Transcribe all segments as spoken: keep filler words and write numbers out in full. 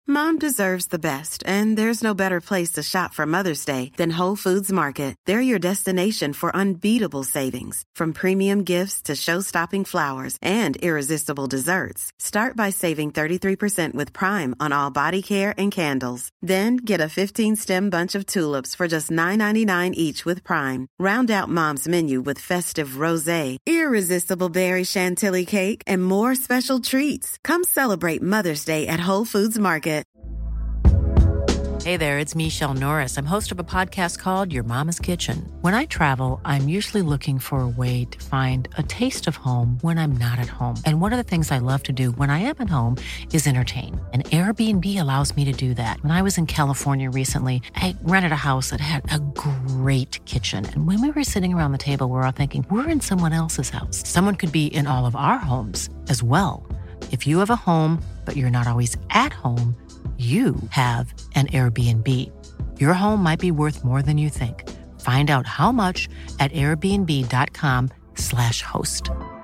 Mom deserves the best, and there's no better place to shop for Mother's Day than Whole Foods Market. They're your destination for unbeatable savings, from premium gifts to show-stopping flowers and irresistible desserts. Start by saving thirty-three percent with Prime on all body care and candles. Then get a fifteen-stem bunch of tulips for just nine ninety-nine each with Prime. Round out Mom's menu with festive rosé, irresistible berry chantilly cake, and more special treats. Come celebrate Mother's Day at Whole Foods Market. Hey there, it's Michelle Norris. I'm host of a podcast called Your Mama's Kitchen. When I travel, I'm usually looking for a way to find a taste of home when I'm not at home. And one of the things I love to do when I am at home is entertain. And Airbnb allows me to do that. When I was in California recently, I rented a house that had a great kitchen. And when we were sitting around the table, we were all thinking, we're in someone else's house. Someone could be in all of our homes as well. If you have a home, but you're not always at home, you have an Airbnb. Your home might be worth more than you think. Find out how much at airbnb.com slash host.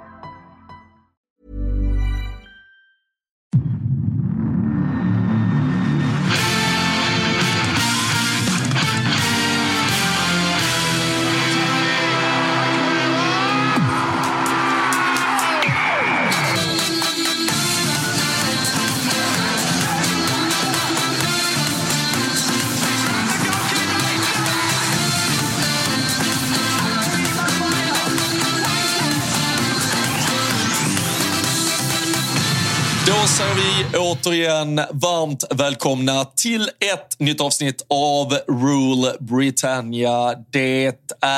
Då säger vi återigen varmt välkomna till ett nytt avsnitt av Rule Britannia. Det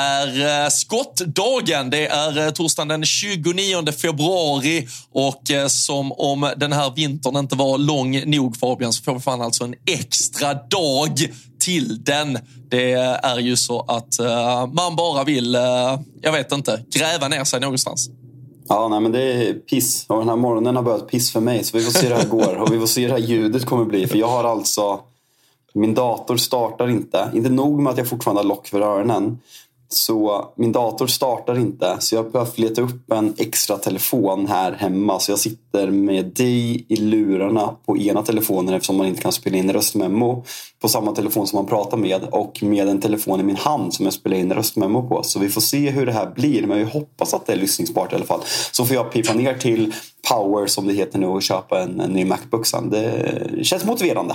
är skottdagen, det är torsdagen den tjugonionde februari och som om den här vintern inte var lång nog, Fabian, så får vi fan alltså en extra dag till den. Det är ju så att uh, man bara vill, uh, jag vet inte, gräva ner sig någonstans. Ja, nej, men det är piss. Och den här morgonen har börjat piss för mig. Så vi får se hur det här går. Och vi får se hur det här ljudet kommer bli. För jag har alltså... Min dator startar inte. Inte nog med att jag fortfarande har lock för öronen. Så min dator startar inte. Så jag behöver leta upp en extra telefon här hemma. Så jag sitter med dig i lurarna på ena telefonen, eftersom man inte kan spela in röstmemo på samma telefon som man pratar med, och med en telefon i min hand som jag spelar in röstmemo på. Så vi får se hur det här blir. Men vi hoppas att det är lyssningsbart i alla fall. Så får jag pipa ner till Power, som det heter nu, och köpa en, en ny MacBook sen. Det känns motiverande.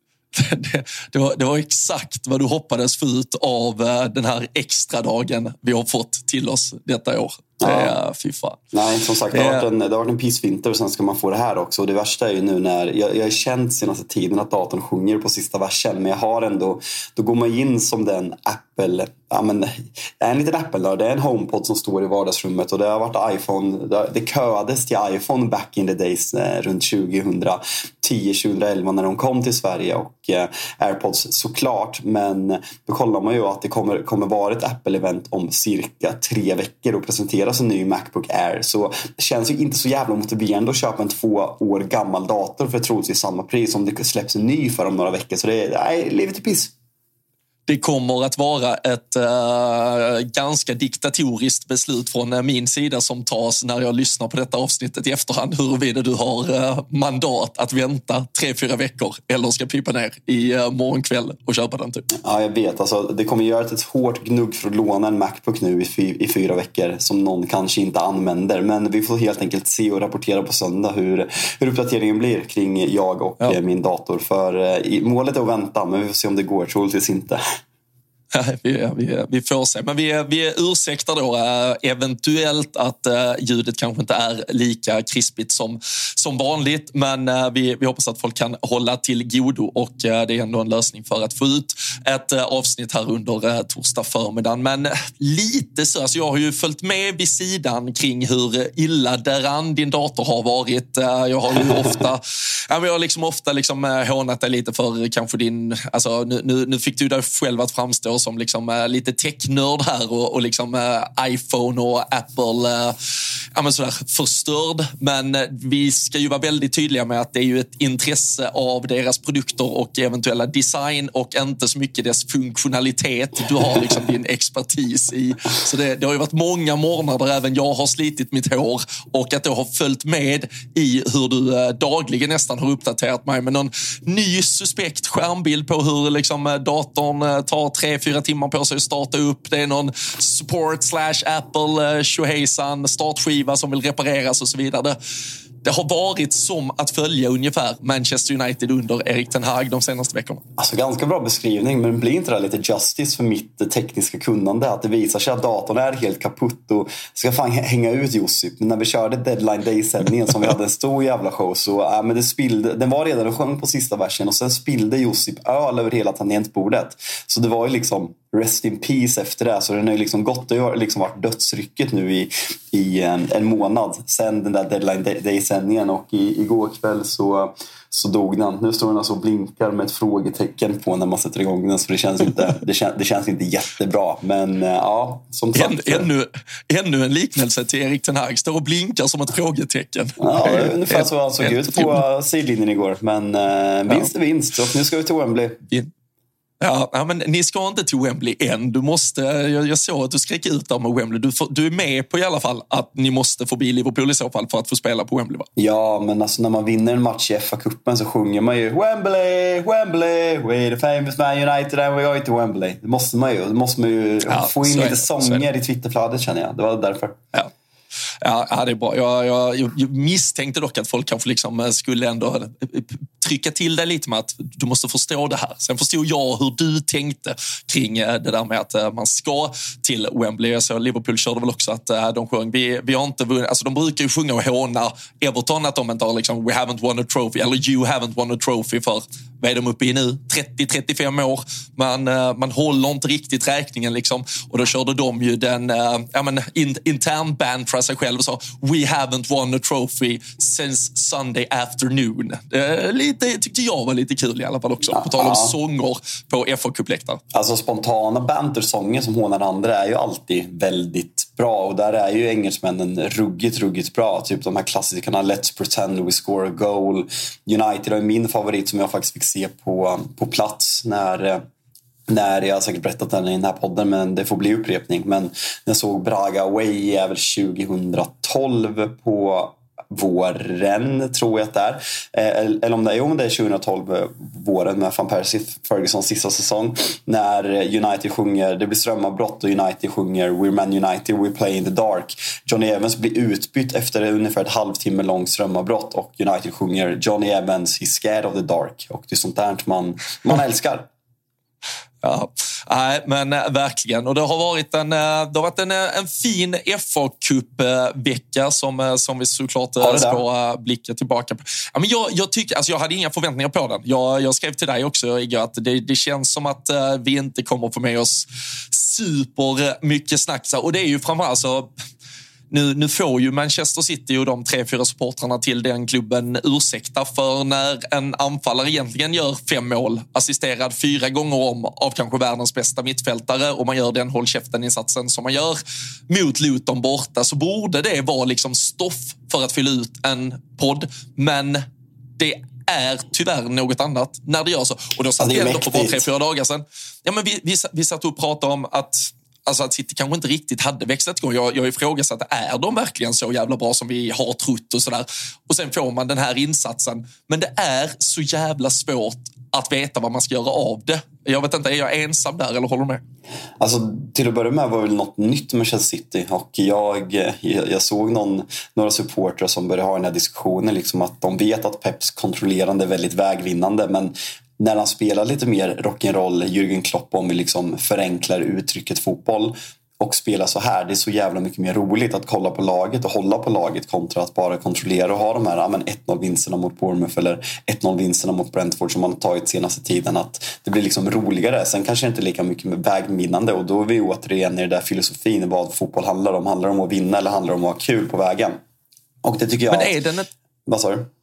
Det, det, var, det var exakt vad du hoppades få ut av den här extra dagen vi har fått till oss detta år. Det är fy fan. Nej, som sagt, det har varit en, det har varit en pissvinter och sen ska man få det här också. Och det värsta är ju nu när jag, jag har känt senaste tiden att datorn sjunger på sista versen. Men jag har ändå, då går man in som den Apple, ja men en liten Apple då. Det är en HomePod som står i vardagsrummet och det har varit iPhone, det, det köades till iPhone back in the days eh, runt tjugohundratio tjugoelva när de kom till Sverige, och eh, AirPods såklart. Men då kollar man ju att det kommer, kommer vara ett Apple-event om cirka tre veckor och presentera en ny MacBook Air, så det känns ju inte så jävla motiverande att köpa en två år gammal dator för troligtvis samma pris om det släpps en ny för om några veckor. Så det är, nej, livet är piss. Det kommer att vara ett äh, ganska diktatoriskt beslut från äh, min sida som tas när jag lyssnar på detta avsnittet i efterhand, huruvida du har äh, mandat att vänta tre, fyra veckor eller ska pipa ner i äh, morgonkväll och köpa den typ. Ja, jag vet. Alltså, det kommer göra ett hårt gnugg för att låna en MacBook nu i, fy, i fyra veckor som någon kanske inte använder. Men vi får helt enkelt se och rapportera på söndag hur, hur uppdateringen blir kring jag och ja. min dator. För äh, målet är att vänta, men vi får se om det går, troligtvis inte. Vi, vi, vi får se, men vi, vi ursäktar då äh, eventuellt att äh, ljudet kanske inte är lika krispigt som, som vanligt, men äh, vi, vi hoppas att folk kan hålla till godo, och äh, det är ändå en lösning för att få ut ett äh, avsnitt här under äh, torsdag förmiddagen. Men äh, lite så, alltså jag har ju följt med vid sidan kring hur illa däran din dator har varit. Äh, jag har ju ofta ja, men jag har liksom ofta liksom, äh, hånat dig lite för kanske din, alltså nu, nu, nu fick du dig själv att framstå som liksom, uh, lite technörd här och, och liksom, uh, iPhone och Apple uh, ja, men sådär, förstörd. Men uh, vi ska ju vara väldigt tydliga med att det är ju ett intresse av deras produkter och eventuella design och inte så mycket dess funktionalitet. Du har liksom din expertis i. Så det, det har ju varit många morgnar där även jag har slitit mitt hår och att jag har följt med i hur du uh, dagligen nästan har uppdaterat mig med någon ny suspekt skärmbild på hur liksom, datorn tar tre, fyra timmar på sig att starta upp. Det är någon support slash Apple tjohejsan startskiva som vill repareras och så vidare. Det, det har varit som att följa ungefär Manchester United under Erik ten Hag de senaste veckorna. Alltså ganska bra beskrivning, men blir inte det lite justice för mitt tekniska kunnande? Att det visar sig att datorn är helt kaputt och ska fan hänga ut Josip. Men när vi körde Deadline Day-sändningen som vi hade en stor jävla show så äh, men det spillde, den var redan och sjöng på sista versen och sen spillde Josip öl över hela tangentbordet. Så det var ju liksom rest in peace efter det. Så den har ju liksom gått, det har liksom varit dödsrycket nu i, i en, en månad sen den där Deadline Day-sändningen och i, igår kväll så så dog den. Nu står den alltså och blinkar med ett frågetecken på när man sätter igång den, så det känns inte, det känns, det känns inte jättebra. Men ja, som sagt. En, ännu, ännu en liknelse till Erik ten Hag. Står och blinkar som ett frågetecken. Ja, ungefär så han såg ut på sidlinjen igår. Men äh, vinst är vinst. Och nu ska vi till Wembley. Ja, ja, men ni ska inte till Wembley än. Du måste, jag, jag såg att du skrek ut där med Wembley. Du, får, du är med på i alla fall att ni måste förbi Liverpool i så fall för att få spela på Wembley, va? Ja, men alltså när man vinner en match i F A-cupen så sjunger man ju Wembley, Wembley, we the famous Man United and we going to Wembley. Det måste man ju. Det måste man ju ja, få in lite sånger i Twitterflödet, känner jag. Det var därför. Ja. Ja, det är bra. Jag, jag, jag misstänkte dock att folk kanske liksom skulle ändå trycka till dig lite med att du måste förstå det här. Sen förstod jag hur du tänkte kring det där med att man ska till Wembley. Så Liverpool körde väl också att de sjöng, vi, vi har inte vunnit, alltså de brukar ju sjunga och håna Everton att de inte har liksom, we haven't won a trophy, eller you haven't won a trophy för, vad är de uppe i nu? trettio till trettiofem år. Man, man håller inte riktigt räkningen liksom. Och då körde de ju den ja, men, in, intern band för sig själv och sa, we haven't won a trophy since Sunday afternoon. Det lite, tyckte jag var lite kul i alla fall också. På tal om sånger på F A-cupläktaren. Alltså spontana bantersånger som hånar andra är ju alltid väldigt bra. Och där är ju engelsmännen ruggigt, ruggigt bra. Typ de här klassikerna Let's pretend we score a goal. United är min favorit som jag faktiskt fick se på, på plats när... när jag har säkert berättat den i den här podden, men det får bli upprepning. Men jag såg Braga Away är väl tjugohundratolv på våren, tror jag att det är. Eh, eller om det är, jo, det är tjugohundratolv våren med Van Persie Fergusons sista säsong. När United sjunger, det blir strömavbrott och United sjunger We're Man United, we play in the dark. Johnny Evans blir utbytt efter ungefär ett halvtimme lång strömavbrott och United sjunger Johnny Evans, he's scared of the dark. Och det är sånt där man, man älskar. Ja, nej, men äh, verkligen. Och det har varit en, äh, det har varit en, en fin F A-cup-vecka som, äh, som vi såklart äh, ska äh, blicka tillbaka på. Ja, men jag, jag, tycker, alltså jag hade inga förväntningar på den. Jag, jag skrev till dig också, Igga, att det, det känns som att äh, vi inte kommer få med oss super mycket snack. Och det är ju framförallt alltså, Nu, nu får ju Manchester City och de tre, fyra supportrarna till den klubben ursäkta för när en anfallare egentligen gör fem mål, assisterad fyra gånger om av kanske världens bästa mittfältare, och man gör den håll käften-insatsen som man gör mot Luton borta, så borde det vara liksom stoff för att fylla ut en podd. Men det är tyvärr något annat när det gör så. Och då satt vi ändå för bara tre, fyra dagar sedan. Ja, men vi, vi, vi satt och pratade om att Alltså att City kanske inte riktigt hade växlat igång. Jag, jag ifrågasatte, är de verkligen så jävla bra som vi har trott och sådär? Och sen får man den här insatsen. Men det är så jävla svårt att veta vad man ska göra av det. Jag vet inte, är jag ensam där eller håller du med? Alltså till att börja med var det väl något nytt med Manchester City. Och jag, jag, jag såg någon, några supportrar som började ha den här diskussionen. Liksom att de vet att Peps kontrollerande är väldigt vägvinnande, men när han spelar lite mer rock'n'roll, Jürgen Klopp, om vi liksom förenklar uttrycket fotboll och spelar så här, det är så jävla mycket mer roligt att kolla på laget och hålla på laget kontra att bara kontrollera och ha de här ja, men ett noll-vinsterna mot Bournemouth eller ett noll-vinsterna mot Brentford som man har tagit senaste tiden. Att det blir liksom roligare. Sen kanske inte lika mycket med vägvinnande, och då är vi återigen i den där filosofin vad fotboll handlar om. Handlar det om att vinna eller handlar det om att ha kul på vägen? Och det tycker jag... Men är den ett... Vad sa du?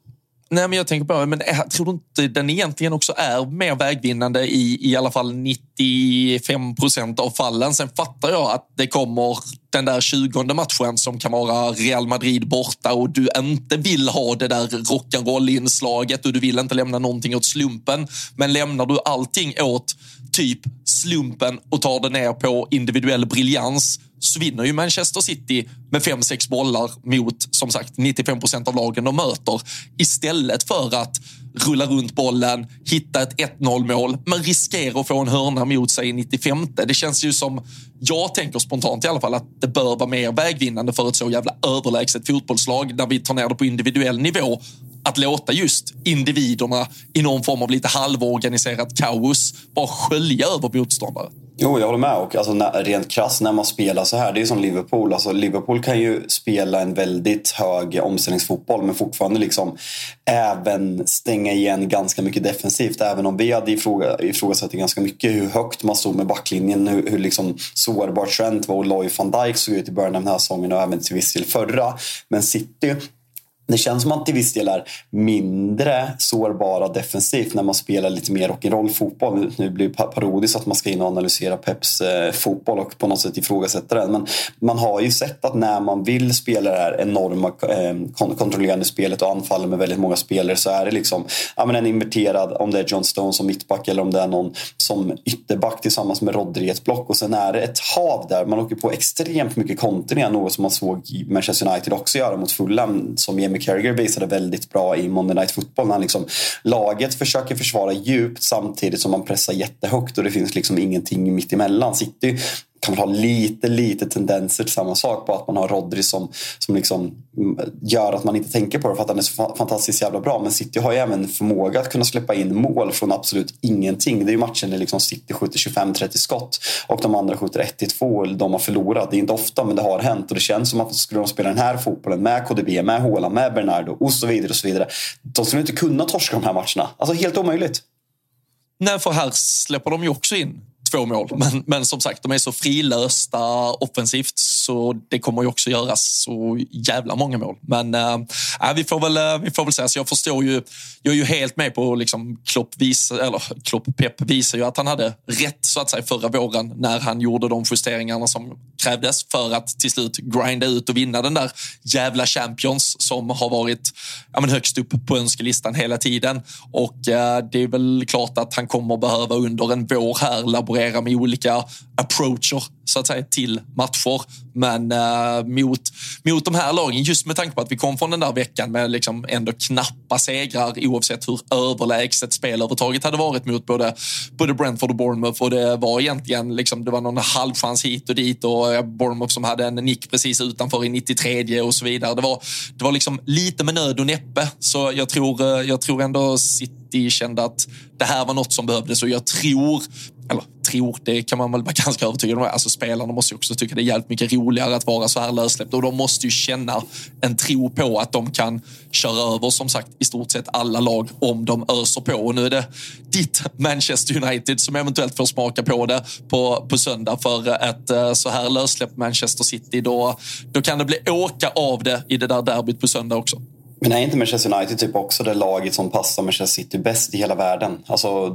Nej, men jag tänker på, men jag tror inte den egentligen också är mer vägvinnande i i alla fall nittiofem procent av fallen. Sen fattar jag att det kommer den där tjugonde matchen som kan vara Real Madrid borta och du inte vill ha det där rock'n'roll-inslaget och du vill inte lämna någonting åt slumpen. Men lämnar du allting åt typ slumpen och tar det ner på individuell briljans, så vinner ju Manchester City med fem sex bollar mot, som sagt, nittiofem procent av lagen de möter, istället för att rulla runt bollen, hitta ett ett noll-mål, men riskera att få en hörna mot sig i nittiofemte. Det känns ju som, jag tänker spontant i alla fall, att det bör vara mer vägvinnande för ett så jävla överlägset fotbollslag där vi tar ner det på individuell nivå, att låta just individerna i någon form av lite halvorganiserat kaos bara skölja över motståndare. Jo, jag håller med. Och alltså, när, rent krass när man spelar så här, det är som Liverpool. Alltså, Liverpool kan ju spela en väldigt hög omställningsfotboll men fortfarande liksom även stänga igen ganska mycket defensivt. Även om vi hade ifråga, ifrågasatt ganska mycket hur högt man stod med backlinjen, hur, hur liksom sårbar Trent var och Loy van Dijk såg ut i början av den här säsongen och även till viss del förra. Men City, det känns som att till viss del är mindre sårbara defensivt när man spelar lite mer rock'n'roll fotboll. Nu blir det parodiskt att man ska in och analysera Peps eh, fotboll och på något sätt ifrågasätta den. Men man har ju sett att när man vill spela det här enorma eh, kontrollerande spelet och anfalla med väldigt många spelare, så är det liksom ja, men en inverterad, om det är John Stones som mittback eller om det är någon som ytterback tillsammans med Rodri i ett block. Och sen är det ett hav där. Man åker på extremt mycket kontringar, något som man såg i Manchester United också göra mot Fulham, som Jamie Carragher visade väldigt bra i Monday Night Football, när liksom laget försöker försvara djupt samtidigt som man pressar jättehögt och det finns liksom ingenting mitt emellan. City kan man ha lite, lite tendenser till samma sak, på att man har Rodri som, som liksom gör att man inte tänker på det för att han är så fantastiskt jävla bra. Men City har ju även förmåga att kunna släppa in mål från absolut ingenting. Det är ju matchen där liksom City skjuter tjugofem trettio skott och de andra skjuter ett till två och de har förlorat. Det är inte ofta, men det har hänt, och det känns som att skulle de spela den här fotbollen med K D B, med Haaland, med Bernardo och så vidare och så vidare, de skulle inte kunna torska de här matcherna. Alltså helt omöjligt. Nej, för här släpper de ju också in två mål. Men, men som sagt, de är så frilösta offensivt så det kommer ju också göras så jävla många mål. Men äh, vi, får väl, vi får väl säga, så jag förstår ju, jag är ju helt med på liksom Klopp, vis, eller Klopp Pep visar ju att han hade rätt så att säga förra våren när han gjorde de justeringarna som krävdes för att till slut grinda ut och vinna den där jävla Champions som har varit ja, men högst upp på önskelistan hela tiden. Och äh, det är väl klart att han kommer behöva under en vår här laborera med olika approacher så att säga till matcher, men uh, mot, mot de här lagen, just med tanke på att vi kom från den där veckan med liksom ändå knappa segrar oavsett hur överlägset spelövertaget hade varit mot både, både Brentford och Bournemouth, och det var egentligen liksom, det var någon halvchans hit och dit och Bournemouth som hade en nick precis utanför i nittiotre och så vidare. Det var, det var liksom lite med nöd och näppe, så jag tror, jag tror ändå City kände att det här var något som behövdes, och jag tror eller tror, det kan man väl vara ganska övertygad om. Alltså spelarna måste ju också tycka det är jävligt mycket roligare att vara så här lössläppt, och de måste ju känna en tro på att de kan köra över, som sagt, i stort sett alla lag om de öser på. Och nu är det ditt Manchester United som eventuellt får smaka på det på, på söndag, för ett så här lössläppt Manchester City, då, då kan det bli åka av det i det där derbyt på söndag också. Men är inte Manchester United typ också det laget som passar Manchester City bäst i hela världen? Alltså,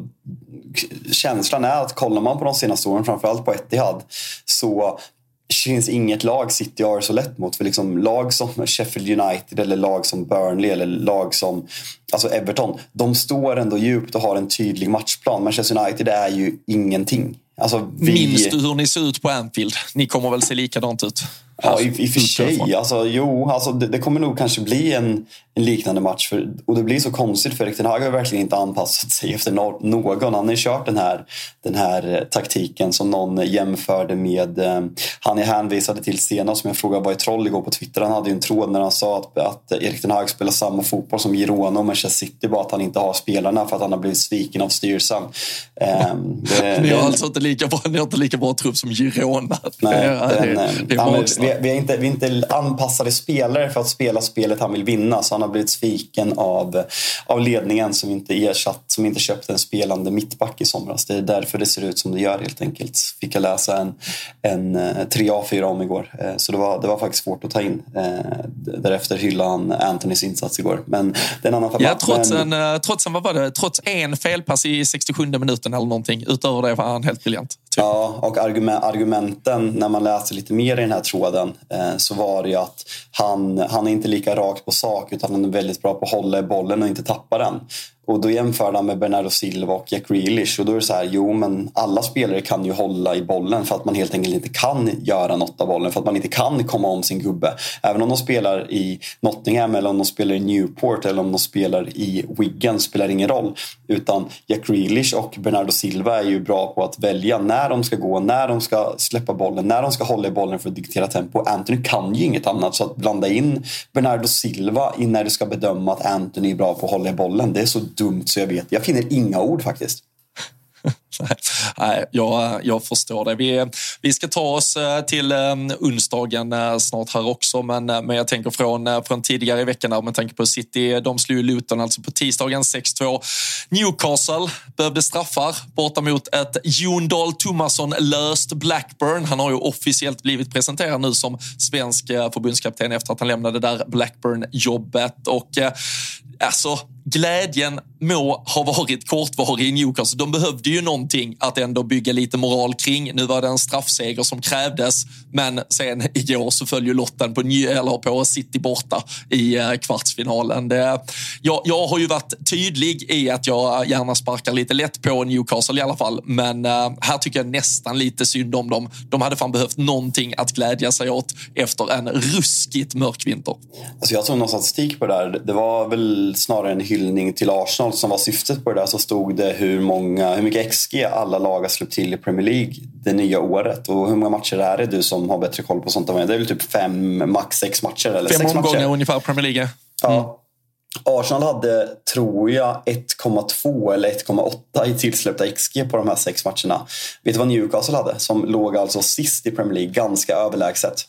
känslan är att kollar man på de senaste åren, framförallt på Etihad, så finns inget lag City har så lätt mot. För liksom lag som Sheffield United eller lag som Burnley eller lag som alltså Everton, de står ändå djupt och har en tydlig matchplan. Manchester United är ju ingenting. Alltså, vi... Minns du hur ni ser ut på Anfield? Ni kommer väl se likadant ut? Ja, i, i och för sig. Alltså, jo, alltså, det, det kommer nog kanske bli en, en liknande match. För, och det blir så konstigt, för Erik ten Hag har verkligen inte anpassat sig efter no- någon. Han har kört den här, den här taktiken som någon jämförde med... Eh, han är hänvisade till senast, som jag frågade var i troll igår på Twitter. Han hade ju en tråd när han sa att, att Erik ten Hag spelar samma fotboll som Girona och Manchester City, bara att han inte har spelarna för att han har blivit sviken av styrelsen. Eh, det, ni har det, alltså inte lika bra, ni har inte lika bra trupp som Girona. Nej, den, det, det, det är magstarkt. vi, vi, är inte, vi är inte anpassade spelare för att spela spelet han vill vinna, så han har blivit sviken av, av ledningen som inte ersatt, som inte köpte en spelande mittback i somras. Det är därför det ser ut som det gör helt enkelt. Fick jag läsa en, en tre A fyra om igår, så det var, det var faktiskt svårt att ta in. Därefter hyllade han Anthonys insats igår, men det är en annan femma. Ja, trots, men... en, trots, en, vad var det? trots en felpass i sextiosjunde minuten eller någonting. Utöver det var han helt briljant. Typ. Ja, och argument, argumenten när man läser lite mer i den här tråden eh, så var det ju att han, han är inte lika rakt på sak, utan han är väldigt bra på att hålla i bollen och inte tappa den. Och då jämför han med Bernardo Silva och Jack Grealish. Och då är det så här, jo men alla spelare kan ju hålla i bollen för att man helt enkelt inte kan göra något av bollen. För att man inte kan komma om sin gubbe. Även om de spelar i Nottingham eller om de spelar i Newport eller om de spelar i Wigan spelar ingen roll. Utan Jack Grealish och Bernardo Silva är ju bra på att välja när de ska gå, när de ska släppa bollen, när de ska hålla i bollen för att diktera tempo. Anthony kan ju inget annat, så att blanda in Bernardo Silva in när du ska bedöma att Anthony är bra på att hålla i bollen, det är så dumt så jag vet. Jag finner inga ord faktiskt. Nej, jag, jag förstår det. Vi, vi ska ta oss till um, onsdagen uh, snart här också, men, uh, men jag tänker från, uh, från tidigare i veckan där, med tanke på City, de slog Luton alltså på tisdagen sex två. Newcastle behövde straffar borta mot ett Jon Dahl Tomasson löst Blackburn. Han har ju officiellt blivit presenterad nu som svensk uh, förbundskapten efter att han lämnade där Blackburn-jobbet, och uh, alltså glädjen må ha varit kortvarig i Newcastle. De behövde ju någonting att ändå bygga lite moral kring. Nu var det en straffseger som krävdes, men sen igår så följer lotten på, New, eller på City borta i kvartsfinalen. Det, jag, jag har ju varit tydlig i att jag gärna sparkar lite lätt på Newcastle i alla fall, men uh, här tycker jag nästan lite synd om dem. De hade fan behövt någonting att glädja sig åt efter en ruskigt mörk vinter. Alltså jag såg någon statistik på det där. Det var väl snarare en hyllning till Arsenal som var syftet på det där. Så stod det hur många, hur mycket X G alla lag har släppt till i Premier League det nya året. Och hur många matcher är det du som har bättre koll på sånt? Det är väl typ fem, max sex matcher eller fem sex omgångar matcher. Ungefär Premier League. Mm. Ja. Arsenal hade, tror jag, ett komma två eller ett komma åtta i tillsläppta X G på de här sex matcherna. Vet du vad Newcastle hade? Som låg alltså sist i Premier League, ganska överlägset.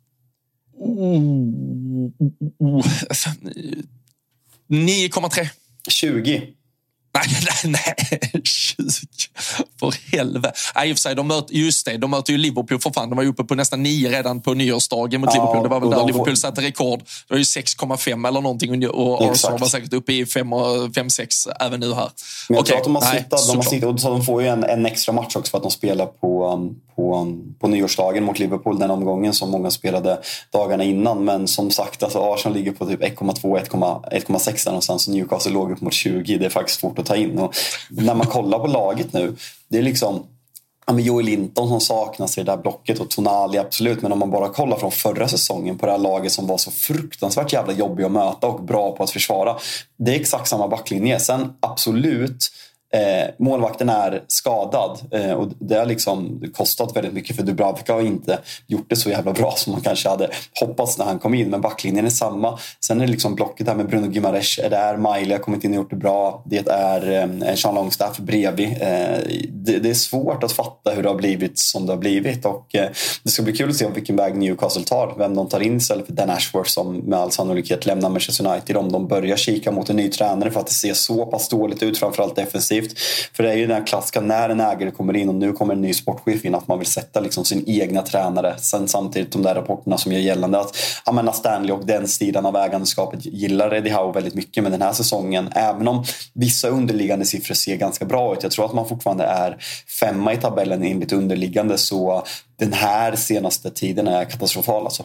nio komma tre. tjugo. Nej, nej, nej, tjugo. För helvete. Nej, i och för sig, de möter, just det, de möter ju Liverpool för fan. De var ju uppe på nästan nio redan på nyårsdagen mot ja, Liverpool. Det var väl där de Liverpool får... satte rekord. Det var ju sex komma fem eller någonting, och Arsenal var säkert uppe i fem sex även nu här. Men jag okay. tror att de har nej, sittat, de har sittat, och så de får ju en, en extra match också för att de spelar på, på, på nyårsdagen mot Liverpool, den omgången som många spelade dagarna innan. Men som sagt, alltså Arsenal ligger på typ ett komma två, ett komma sex där någonstans, och Newcastle låg upp mot tjugo. Det är faktiskt svårt att ta in. Och när man kollar på laget nu, det är liksom ja, men Joel Linton som saknas i det där blocket, och Tonali absolut, men om man bara kollar från förra säsongen på det här laget som var så fruktansvärt jävla jobbig att möta och bra på att försvara, det är exakt samma backlinje. Sen absolut Eh, målvakten är skadad, eh, och det har liksom kostat väldigt mycket, för Dubravka har inte gjort det så jävla bra som man kanske hade hoppats när han kom in, men backlinjen är samma. Sen är det liksom blocket där med Bruno Guimaraes är där, Miley har kommit in och gjort det bra, det är eh, Sean Longstaff bredvid. eh, det, det är svårt att fatta hur det har blivit som det har blivit, och eh, det ska bli kul att se vilken väg Newcastle tar, vem de tar in istället för Dan Ashworth som med all sannolikhet lämnar Manchester United, om de börjar kika mot en ny tränare, för att det ser så pass dåligt ut, framförallt defensivt. För det är ju den här klassiska, när en ägare kommer in och nu kommer en ny sportchef in, att man vill sätta liksom sin egna tränare. Sen samtidigt de där rapporterna som gör gällande att Amanda Stanley och den sidan av ägandeskapet gillar Eddie Howe väldigt mycket med den här säsongen. Även om vissa underliggande siffror ser ganska bra ut. Jag tror att man fortfarande är femma i tabellen enligt underliggande, så den här senaste tiden är katastrofal alltså.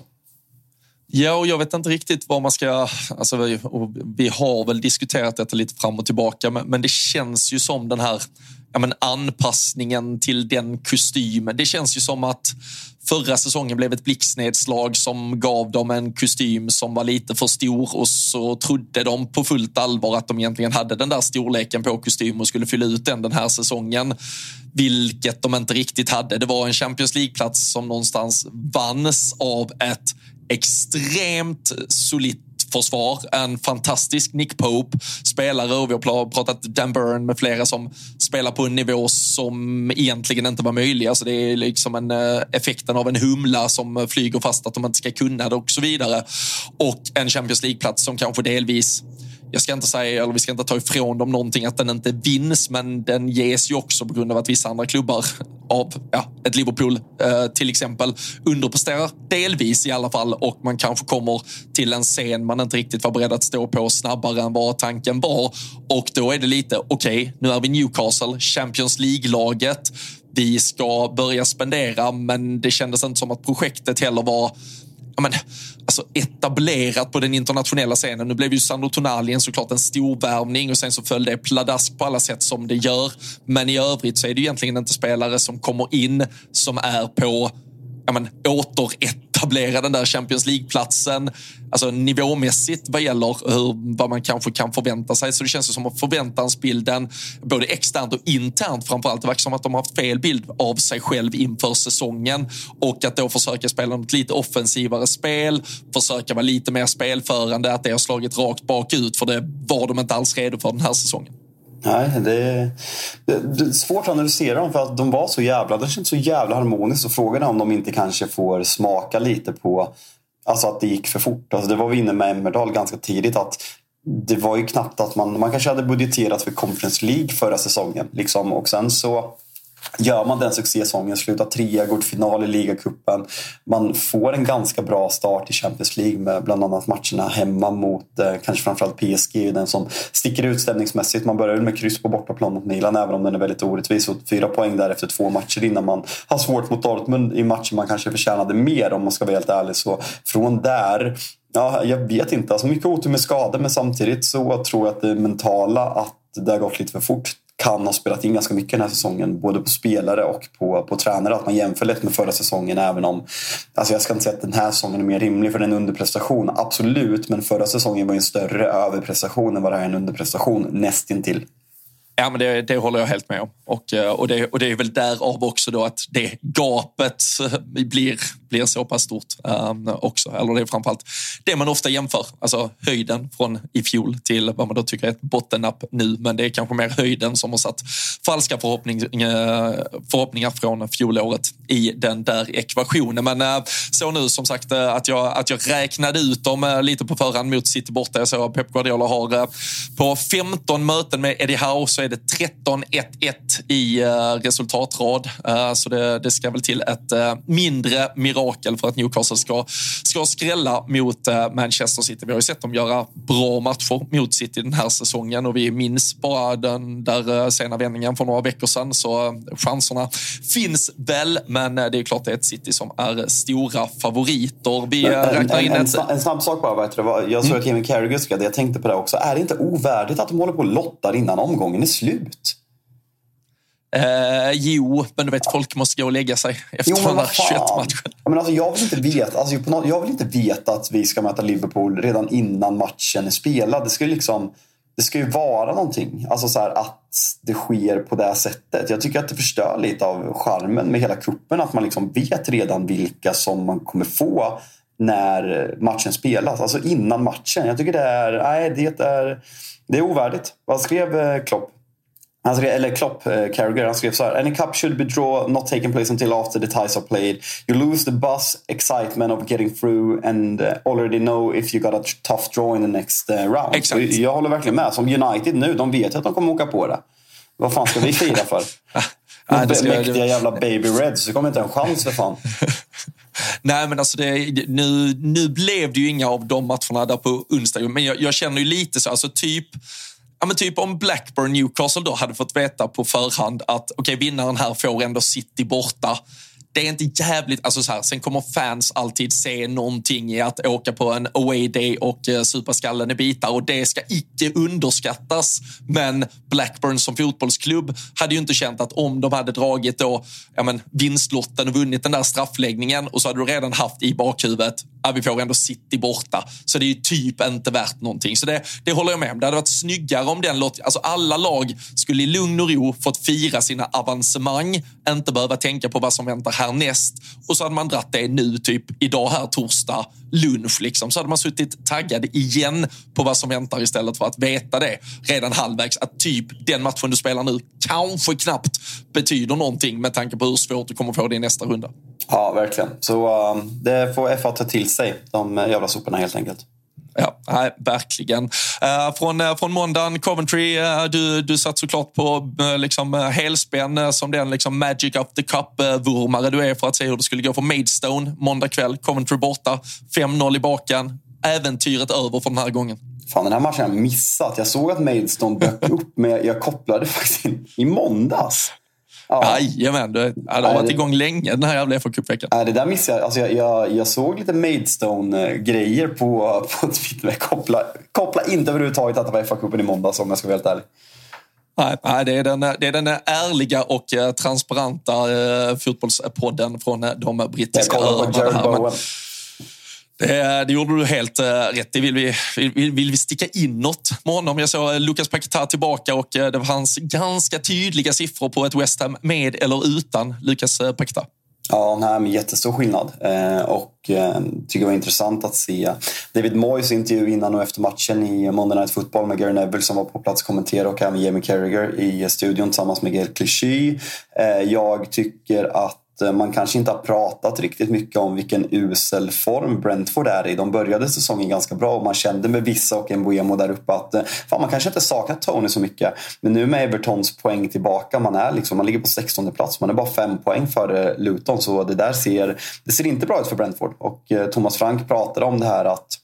Ja, och jag vet inte riktigt vad man ska... Alltså, vi, och vi har väl diskuterat detta lite fram och tillbaka, men, men det känns ju som den här ja, men anpassningen till den kostymen. Det känns ju som att förra säsongen blev ett blixtnedslag som gav dem en kostym som var lite för stor, och så trodde de på fullt allvar att de egentligen hade den där storleken på kostym och skulle fylla ut den den här säsongen, vilket de inte riktigt hade. Det var en Champions League-plats som någonstans vanns av ett extremt solitt mittförsvar. En fantastisk Nick Pope spelare, och vi har pratat Dan Burn med flera som spelar på en nivå som egentligen inte var möjlig. Alltså det är liksom en, effekten av en humla som flyger fast att de inte ska kunna det och så vidare. Och en Champions League-plats som kanske delvis, jag ska inte säga, eller vi ska inte ta ifrån dem någonting att den inte vinns, men den ges ju också på grund av att vissa andra klubbar av ja, ett Liverpool eh, till exempel underpresterar delvis i alla fall, och man kanske kommer till en scen man inte riktigt var beredd att stå på snabbare än vad tanken var, och då är det lite okej, okay, nu är vi Newcastle, Champions League-laget, vi ska börja spendera, men det kändes inte som att projektet heller var ja, men, alltså etablerat på den internationella scenen. Nu blev ju Sandro Tonali såklart en stor värvning, och sen så följde det pladask på alla sätt som det gör. Men i övrigt så är det ju egentligen inte spelare som kommer in som är på ja, men, återetablera den där Champions League-platsen. Alltså nivåmässigt vad gäller hur, vad man kanske kan förvänta sig. Så det känns som att förväntansbilden både externt och internt framförallt, det verkar som att de har haft fel bild av sig själv inför säsongen, och att då försöka spela något lite offensivare spel, försöka vara lite mer spelförande, att det har slagit rakt bakut, för det var de inte alls redo för den här säsongen. Nej, det är, det är svårt att analysera dem för att de var så jävla, det känns så jävla harmoniskt, och frågan är om de inte kanske får smaka lite på alltså att det gick för fort. Alltså det var vi inne med Emmerdal ganska tidigt, att det var ju knappt att man, man kanske hade budgeterat för Conference League förra säsongen liksom, och sen så gör man den succésången, slutar trea, går till final i ligacupen. Man får en ganska bra start i Champions League med bland annat matcherna hemma mot eh, kanske framförallt P S G, den som sticker ut stämningsmässigt. Man börjar med kryss på bortaplan mot Milan, även om den är väldigt orättvis, och fyra poäng där efter två matcher innan man har svårt mot Dortmund i matcher man kanske förtjänade mer, om man ska vara helt ärlig. Så från där, ja, jag vet inte, alltså mycket otur med skador, men samtidigt så tror jag att det mentala, att det har gått lite för fort, kan ha spelat in ganska mycket den här säsongen, både på spelare och på, på tränare, att man jämför lätt med förra säsongen, även om alltså jag ska inte säga att den här säsongen är mer rimlig för den underprestation, absolut, men förra säsongen var en större överprestation än vad det här är en underprestation, nästintill. Ja, men det, det håller jag helt med om. Och, och, det, och det är väl därav också då att det gapet blir, blir så pass stort um, också. Eller det är framförallt det man ofta jämför. Alltså höjden från i fjol till vad man då tycker är ett bottennapp nu. Men det är kanske mer höjden som har satt falska förhoppning, förhoppningar från fjolåret i den där ekvationen. Men uh, så nu som sagt uh, att, jag, att jag räknade ut dem uh, lite på förhand mot City borta. Jag såg att Pep Guardiola har uh, på femton möten med Eddie Howe så är det tretton ett ett i uh, resultatrad. Uh, så det, det ska väl till ett uh, mindre mirakel för att Newcastle ska, ska skrälla mot uh, Manchester City. Vi har ju sett dem göra bra matcher mot City den här säsongen, och vi minns bara den där uh, sena vändningen för några veckor sedan, så uh, chanserna finns väl, men uh, det är klart det är ett City som är stora favoriter. Vi uh, räknar in en, en, ett... en, en snabb sak bara, vet du, jag såg mm. att Kevin Carragher skrev det, jag tänkte på det också. Är det inte ovärdigt att de håller på och lottar innan omgången är slut? Eh, jo, men du vet, folk måste gå och lägga sig efter jo, den här tjugoett-matchen. Men alltså, jag vill inte veta, alltså, jag vill inte veta att vi ska möta Liverpool redan innan matchen är spelad. Det ska ju liksom, det ska ju vara någonting. Alltså så här, att det sker på det här sättet. Jag tycker att det förstör lite av charmen med hela kuppen, att man liksom vet redan vilka som man kommer få när matchen spelas. Alltså innan matchen. Jag tycker det är, nej, det är, det är ovärdigt. Vad skrev Klopp? Han skrev, eller Klopp, eh, Carragher, han skrev så här: Any cup should be draw, not taking place until after the ties are played. You lose the buzz, excitement of getting through and uh, already know if you got a tough draw in the next uh, round. Exakt. Jag håller verkligen med. Som United nu, de vet att de kommer åka på det. Vad fan ska vi fira för? Nej, det ska mäktiga jag... jävla Baby Reds, så kommer inte en chans för fan. Nej, men alltså det, nu, nu blev det ju inga av de matcherna där på onsdag. Men jag, jag känner ju lite så, alltså typ Ja, men typ om Blackburn Newcastle då hade fått veta på förhand att okej, okay, vinnaren här får ändå City borta. Det är inte jävligt, alltså så här, sen kommer fans alltid se någonting i att åka på en away day och uh, superskallen i bitar, och det ska icke underskattas. Men Blackburn som fotbollsklubb hade ju inte känt att om de hade dragit då, ja men, vinstlotten och vunnit den där straffläggningen, och så hade du redan haft i bakhuvudet, ja, vi får ändå City borta. Så det är ju typ inte värt någonting. Så det, det håller jag med om. Det hade varit snyggare om den låt, alltså alla lag skulle i lugn och ro fått fira sina avancemang, inte behöva tänka på vad som väntar härnäst. Och så hade man dratt det nu, typ idag här torsdag, lunch liksom. Så hade man suttit taggad igen på vad som väntar istället för att veta det redan halvvägs. Att typ den matchen du spelar nu kanske knappt betyder någonting med tanke på hur svårt du kommer få det i nästa runda. Ja, verkligen. Så um, det får F A ta till sig, de jävla soporna helt enkelt. Ja, nej, verkligen. Uh, från, uh, från måndagen, Coventry, uh, du, du satt såklart på uh, liksom, uh, helspänn uh, som den liksom, Magic of the Cup-vurmare uh, du är för att se hur det skulle gå för Maidstone måndag kväll. Coventry borta, fem noll i baken. Äventyret över för den här gången. Fan, den här matchen har jag missat. Jag såg att Maidstone dök upp, men jag, jag kopplade faktiskt in i måndags. Ja. Jajamän, du har varit igång länge den här jävla F A Cup-veckan. Nej, det där missade jag. Alltså, jag, jag. Jag såg lite Maidstone-grejer på, på Twitter. Koppla, koppla inte överhuvudtaget att det var F A Cupen i måndags, om jag ska vara helt ärlig. Nej, nej det, är den, det är den ärliga och uh, transparenta uh, fotbollspodden från uh, de brittiska öarna. Det, det gjorde du helt uh, rätt i. Vill vi, vill, vill vi sticka inåt med honom? Jag såg uh, Lucas Paquetá tillbaka och uh, det fanns ganska tydliga siffror på ett West Ham med eller utan Lucas uh, Paquetá. Ja, nej, men jättestor skillnad. Eh, och eh, tycker det var intressant att se David Moyes intervju innan och efter matchen i Monday Night Football med Gary Neville som var på plats och kommenterade, och även Jamie Carragher i studion tillsammans med Gael Clichy. Eh, jag tycker att man kanske inte har pratat riktigt mycket om vilken usel form Brentford är i. De började säsongen ganska bra och man kände med vissa och Mbuemo där uppe att fan, man kanske inte saknar Tony så mycket. Men nu med Evertons poäng tillbaka, man är liksom, man ligger på sextonde plats, man är bara fem poäng för Luton, så det där ser, det ser inte bra ut för Brentford. Och eh, Thomas Frank pratade om det här att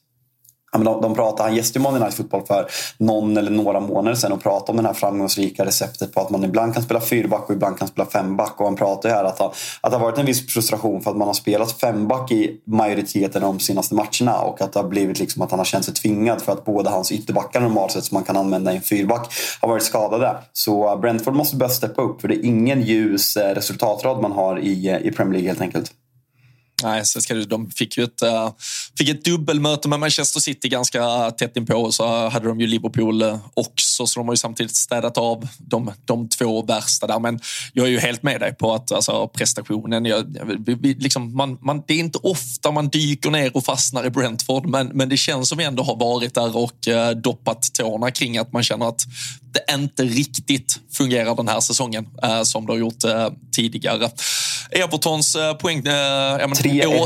De, de pratar, han gästade Monday Night Football för någon eller några månader sedan och pratade om den här framgångsrika receptet på att man ibland kan spela fyrback och ibland kan spela femback. Och han pratar här att, att det har varit en viss frustration för att man har spelat femback i majoriteten av de senaste matcherna, och att det har blivit liksom att han har känt sig tvingad för att båda hans ytterbackar normalt sett som man kan använda i en fyrback har varit skadade. Så Brentford måste börja steppa upp, för det är ingen ljus resultatrad man har i, i Premier League helt enkelt. Nej, så ska du, de fick ju ett, uh, fick ett dubbelmöte med Manchester City ganska tätt inpå, och så hade de ju Liverpool också, så de har ju samtidigt städat av de, de två värsta där. Men jag är ju helt med dig på att alltså, prestationen, jag, vi, liksom, man, man, det är inte ofta man dyker ner och fastnar i Brentford, men, men det känns som vi ändå har varit där och uh, doppat tårna kring att man känner att det inte riktigt fungerar den här säsongen uh, som det har gjort uh, tidigare. Evertons uh, poäng... Uh, ja, men,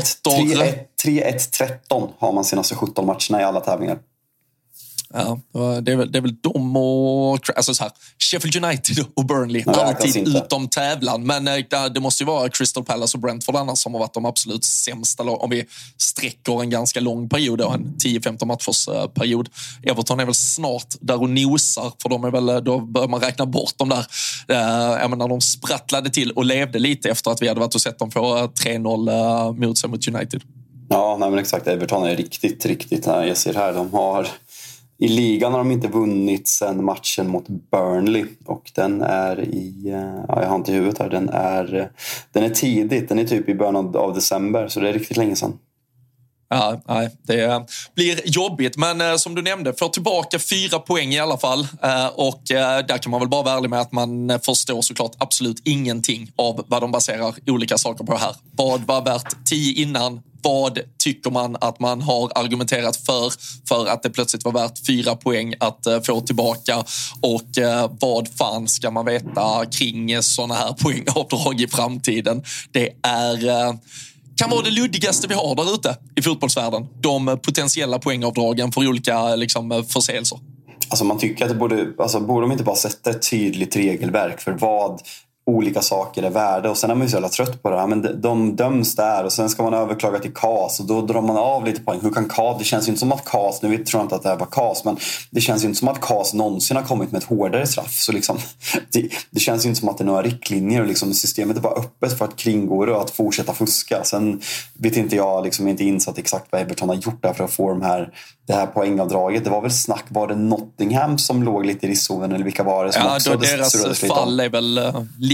tre ett tretton har man senaste sjutton matcherna i alla tävlingar. Ja, det är väl, det är väl de och alltså så här, Sheffield United och Burnley Nej, alltid utom tävlan, men det måste ju vara Crystal Palace och Brentford annars som har varit de absolut sämsta om vi sträcker en ganska lång period, en tio femton matchers period. Everton är väl snart där och nosar, för de är väl, då bör man räkna bort dem där. Jag menar, de sprattlade till och levde lite efter att vi hade varit och sett dem få tre noll mot sig mot United. Ja, nej, men exakt. Everton är riktigt, riktigt, jag ser här, de har i ligan har de inte vunnit sedan matchen mot Burnley, och den är i, ja, jag har inte i huvudet här, den är, den är tidigt, den är typ i början av december, så det är riktigt länge sedan. Ja, nej, det blir jobbigt, men eh, som du nämnde, får tillbaka fyra poäng i alla fall, eh, och eh, där kan man väl bara vara ärlig med att man förstår såklart absolut ingenting av vad de baserar olika saker på här. Vad var värt tio innan? Vad tycker man att man har argumenterat för för att det plötsligt var värt fyra poäng att uh, få tillbaka, och uh, vad fan ska man veta kring såna här poängavdrag i framtiden? Det är... Uh, kan vara det luddigaste vi har där ute i fotbollsvärlden. De potentiella poängavdragen för olika liksom, förseelser. Alltså man tycker att det borde, alltså borde de inte bara sätta ett tydligt regelverk för vad olika saker är värda, och sen är man ju så jävla trött på det här, men de, de döms där och sen ska man överklaga till C A S och då drar man av lite poäng. Hur kan C A S, det känns ju inte som att C A S, nu vet jag inte att det här var C A S, men det känns ju inte som att C A S någonsin har kommit med ett hårdare straff, så liksom det, det känns ju inte som att det är några riktlinjer och liksom systemet är bara öppet för att kringgå det och att fortsätta fuska. Sen vet inte jag, liksom inte insatt exakt vad Everton har gjort där för att få de här, det här poängavdraget. Det var väl snack, var det Nottingham som låg lite i riskzonen, eller vilka var det som ja, också då deras fall är väl,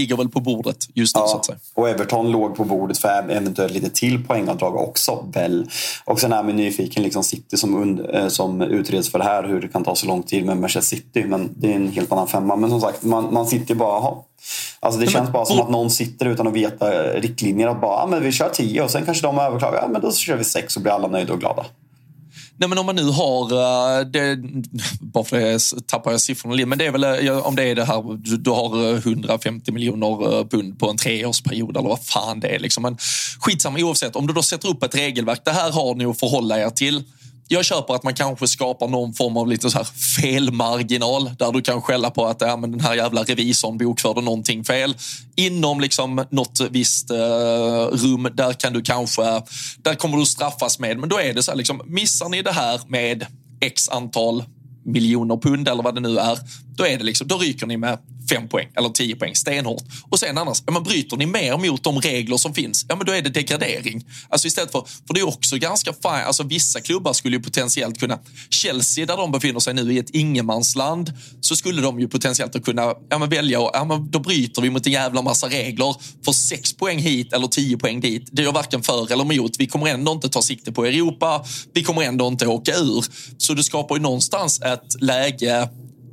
ligger väl på bordet just nu, ja, så att säga. Och Everton låg på bordet för eventuellt lite till poängavdrag också väl. Och sen är man nyfiken liksom City som, und- som utreds för det här, hur det kan ta så lång tid med Manchester City, men det är en helt annan femma. Men som sagt, man, man sitter bara, aha. Alltså det känns bara som att någon sitter utan att veta riktlinjer och bara, ja, men vi kör tio och sen kanske de överklagar, ja, men då kör vi sex och blir alla nöjda och glada. Nej, men om man nu har det, bara för det tappar jag siffrorna lite, men det är väl om det är det här, du, du har hundrafemtio miljoner pund på en treårsperiod eller vad fan det är liksom. Men skitsamma, oavsett, om du då sätter upp ett regelverk, det här har ni att förhålla er till. Jag köper att man kanske skapar någon form av lite så här felmarginal där du kan skälla på att ja, men den här jävla revisorn bokförde någonting fel. Inom liksom något visst uh, rum, där kan du kanske, där kommer du straffas med. Men då är det så här, liksom, missar ni det här med x antal miljoner pund eller vad det nu är, då är det liksom, då ryker ni med fem poäng eller tio poäng stenhårt. Och sen annars, ja, men bryter ni mer mot de regler som finns, ja men då är det degradering. Alltså istället för, för det är också ganska fine, alltså vissa klubbar skulle ju potentiellt kunna, Chelsea där de befinner sig nu i ett ingenmansland, så skulle de ju potentiellt kunna, ja men välja, och, ja men då bryter vi mot en jävla massa regler för sex poäng hit eller tio poäng dit. Det är varken för eller emot. Vi kommer ändå inte ta sikte på Europa, vi kommer ändå inte åka ur. Så det skapar ju någonstans ett läge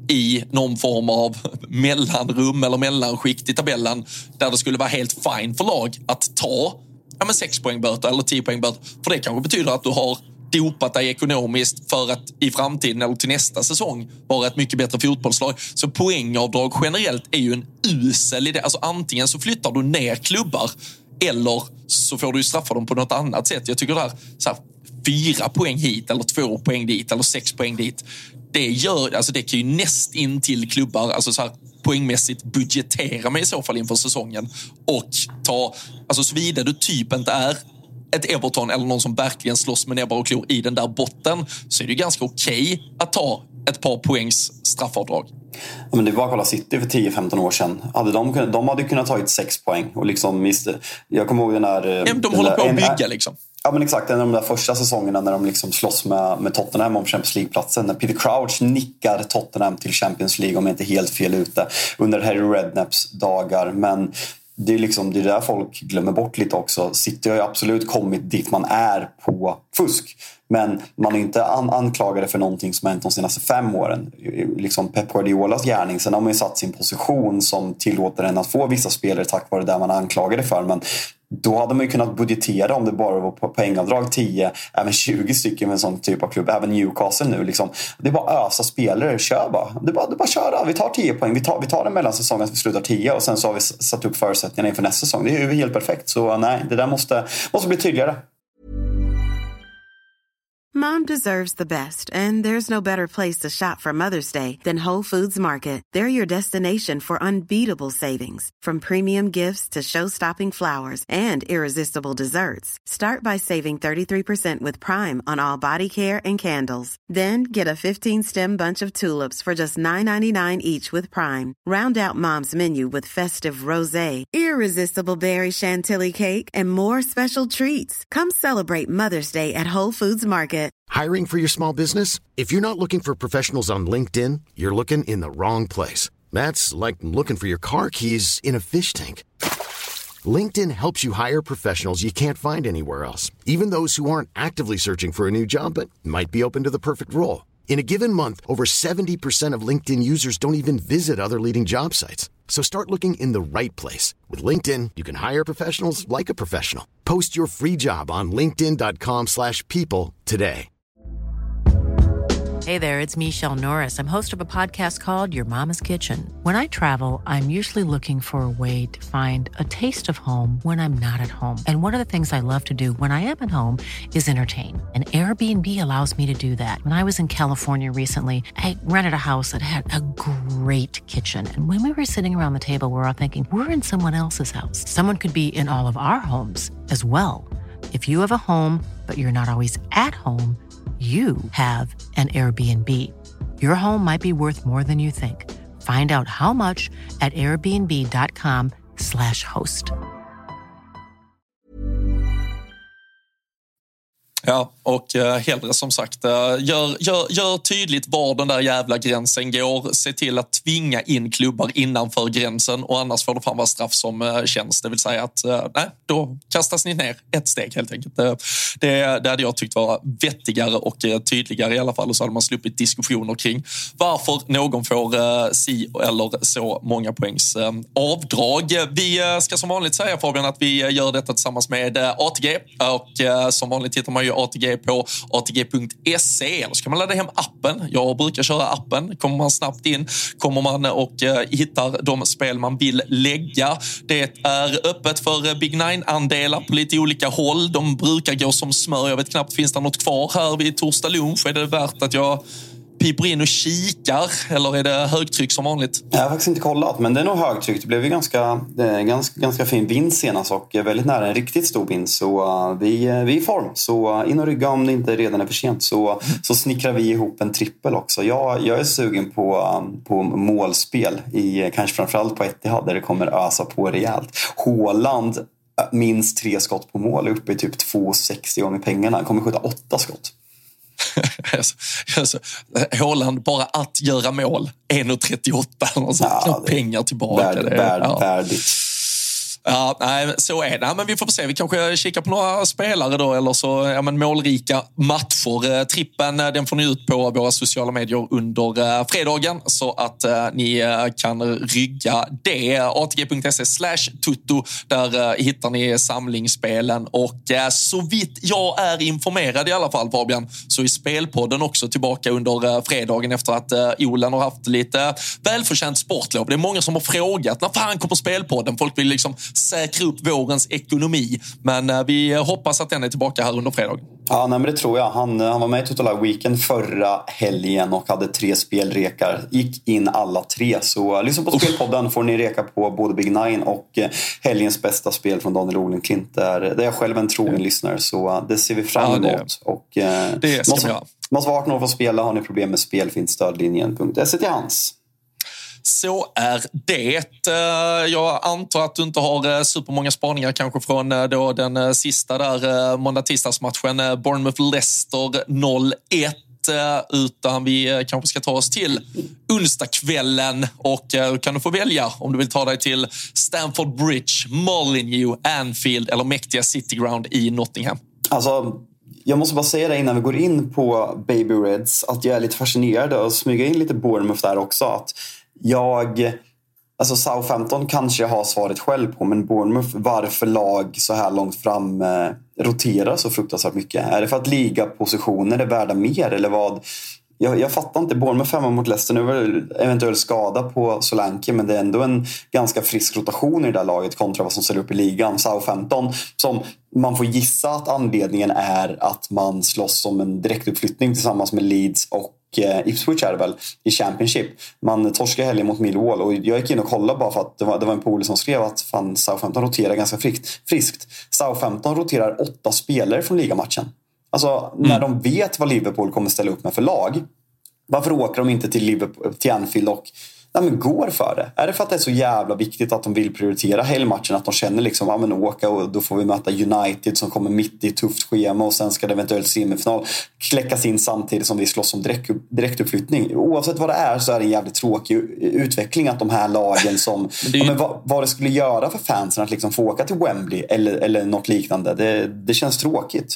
i någon form av mellanrum eller mellanskikt i tabellen där det skulle vara helt fine för lag att ta ja, men sex poäng böter eller tio poäng böter. För det kanske betyder att du har dopat dig ekonomiskt för att i framtiden eller till nästa säsong vara ett mycket bättre fotbollslag. Så poängavdrag generellt är ju en usel idé. Alltså antingen så flyttar du ner klubbar eller så får du straffa dem på något annat sätt. Jag tycker det här, så här fyra poäng hit eller två poäng dit eller sex poäng dit, det gör, alltså det kan ju näst in till klubbar, alltså så här poängmässigt budgetera med i så fall inför säsongen och ta, alltså såvida du typ inte är ett Everton eller någon som verkligen slåss med näbbar och klor i den där botten, så är det ju ganska okej att ta ett par poängs straffavdrag. Ja, men det var att kolla City för tio femton år sedan. Hade de, de hade kunnat ta ett sex poäng och liksom miste. Jag kommer ihåg den där... De den håller där, på att en, bygga liksom. Ja men exakt, en av de där första säsongerna när de liksom slåss med, med Tottenham om Champions League-platsen. När Peter Crouch nickar Tottenham till Champions League, om jag inte helt fel ute, under Harry Redknapps dagar. Men det är liksom, det är där folk glömmer bort lite också. City har ju absolut kommit dit man är på fusk. Men man är inte an- anklagade för någonting som har hänt de senaste fem åren. Liksom Pep Guardiolas gärning. Sen har man ju satt sin position som tillåter en att få vissa spelare tack vare det man är anklagade för. Men då hade man ju kunnat budgetera om det bara var på poängavdrag tio, även tjugo stycken med en sån typ av klubb. Även Newcastle nu. Liksom. Det är bara ösa spelare, kör bara. Det är bara, det är bara köra. Vi tar tio poäng. Vi tar, vi tar en mellansäsong att vi slutar tio och sen så har vi satt upp förutsättningarna inför nästa säsong. Det är ju helt perfekt. Så nej, det där måste, måste bli tydligare. Mom deserves the best, and there's no better place to shop for Mother's Day than Whole Foods Market. They're your destination for unbeatable savings, from premium gifts to show-stopping flowers and irresistible desserts. Start by saving thirty-three percent with Prime on all body care and candles. Then get a fifteen-stem bunch of tulips for just nine ninety-nine each with Prime. Round out Mom's menu with festive rosé, irresistible berry chantilly cake, and more special treats. Come celebrate Mother's Day at Whole Foods Market. Hiring for your small business? If you're not looking for professionals on LinkedIn, you're looking in the wrong place. That's like looking for your car keys in a fish tank. LinkedIn helps you hire professionals you can't find anywhere else, even those who aren't actively searching for a new job but might be open to the perfect role. In a given month, over seventy percent of LinkedIn users don't even visit other leading job sites. So start looking in the right place. With LinkedIn, you can hire professionals like a professional. Post your free job on linkedin dot com slash people today. Hey there, it's Michelle Norris. I'm host of a podcast called Your Mama's Kitchen. When I travel, I'm usually looking for a way to find a taste of home when I'm not at home. And one of the things I love to do when I am at home is entertain. And Airbnb allows me to do that. When I was in California recently, I rented a house that had a great kitchen. And when we were sitting around the table, we were all thinking, we're in someone else's house. Someone could be in all of our homes as well. If you have a home, but you're not always at home, you have an Airbnb. Your home might be worth more than you think. Find out how much at airbnb dot com slash host. Ja, och uh, hellre som sagt, uh, gör, gör, gör tydligt var den där jävla gränsen går. Se till att tvinga in klubbar innanför gränsen och annars får det fan vara straff som uh, känns. Det vill säga att uh, nej, då kastas ni ner ett steg helt enkelt. Uh, det, det hade jag tyckt var vettigare och uh, tydligare i alla fall, och så hade man sluppit diskussioner kring varför någon får uh, si eller så många poängs uh, avdrag. Vi uh, ska som vanligt säga, Fabian, att vi uh, gör detta tillsammans med uh, A T G, och uh, som vanligt tittar man ju A T G på A T G punkt se, eller ska man ladda hem appen. Jag brukar köra appen. Kommer man snabbt in, kommer man och uh, hittar de spel man vill lägga. Det är öppet för Big Nine-andelar på lite olika håll. De brukar gå som smör. Jag vet knappt, finns det något kvar här vid torsdag lunch? Är det värt att jag piper in och kikar, eller är det högtryck som vanligt? Jag har faktiskt inte kollat, men det är nog högtryck. Det blev ju ganska, ganska, ganska fin vinst senast och väldigt nära en riktigt stor vinst. Så uh, vi, vi är i form. Så uh, in och rygga om det inte redan är för sent. Så, uh, så snickrar vi ihop en trippel också. Jag, jag är sugen på, um, på målspel, i, kanske framförallt på Etihad där det kommer ösa på rejält. Haaland, minst tre skott på mål, uppe i typ två sextio gånger pengarna. Han kommer skjuta åtta skott. alltså, alltså, Haaland, bara att göra mål en trettioåtta och så ja, pengar tillbaka. Värd, det, värd, ja. Värdigt. Ja, nej, så är det. Ja, men vi får se. Vi kanske kikar på några spelare då, eller så ja, men målrika matcher. Trippen, den får ni ut på våra sociala medier under uh, fredagen, så att uh, ni uh, kan rygga det. A T G punkt se slash tutto, där uh, hittar ni samlingsspelen, och uh, så vitt jag är informerad i alla fall, Fabian, så är Spelpodden också tillbaka under uh, fredagen efter att uh, Olen har haft lite välförtjänt sportlov. Det är många som har frågat, när fan kommer Spelpodden? Folk vill liksom säkra upp vårens ekonomi. Men uh, vi hoppas att den är tillbaka här under fredag. Ja, nej, men det tror jag. Han, han var med i Total Weekend förra helgen och hade tre spelrekar. Gick in alla tre. Så uh, lyssna på Uff. Spelpodden får ni reka på både Big Nine och uh, helgens bästa spel från Daniel Olenklint. Där, där jag själv är en trogen mm. lyssnare. Så uh, det ser vi fram emot. Ja, det, och, uh, det ska måste, vi ha. Måste vara arton år för att spela. Har ni problem med spel finns stödlinjen punkt se till hands. Så är det. Jag antar att du inte har supermånga spaningar kanske från då den sista där måndag-tisdagsmatchen Bournemouth-Leicester noll ett, utan vi kanske ska ta oss till onsdagskvällen, och kan du få välja om du vill ta dig till Stamford Bridge, Molineux, Anfield eller mäktiga City Ground i Nottingham. Alltså, jag måste bara säga det innan vi går in på Baby Reds, att jag är lite fascinerad och smyga in lite Bournemouth där också, att jag, alltså Southampton kanske jag har svaret själv på, men Bournemouth, varför lag så här långt fram eh, roterar så fruktansvärt mycket? Är det för att ligapositioner är värda mer, eller vad? Jag, jag fattar inte. Bournemouth femma mot Leicester, nu var eventuellt skada på Solanke, men det är ändå en ganska frisk rotation i det där laget kontra vad som ser upp i ligan. Southampton, som man får gissa att anledningen är att man slåss om en direktuppflyttning tillsammans med Leeds och Ipswich är det väl i Championship. Man torskar helgen mot Millwall, och jag gick in och kollade bara för att det var, det var en polare som skrev att fan, Southampton roterar ganska friskt. friskt. Southampton roterar åtta spelare från ligamatchen. Alltså mm. när de vet vad Liverpool kommer ställa upp med för lag, varför åker de inte till, Liverpool, till Anfield och nej, men går för det? Är det för att det är så jävla viktigt att de vill prioritera helgmatchen, att de känner liksom, ja men åka och då får vi möta United som kommer mitt i ett tufft schema, och sen ska det eventuellt semifinal kläckas in samtidigt som vi slåss om direkt, direktuppflyttning. Oavsett vad det är så är det en jävligt tråkig utveckling att de här lagen som det ju... ja, men vad, vad det skulle göra för fansen att liksom få åka till Wembley eller, eller något liknande, det, det känns tråkigt.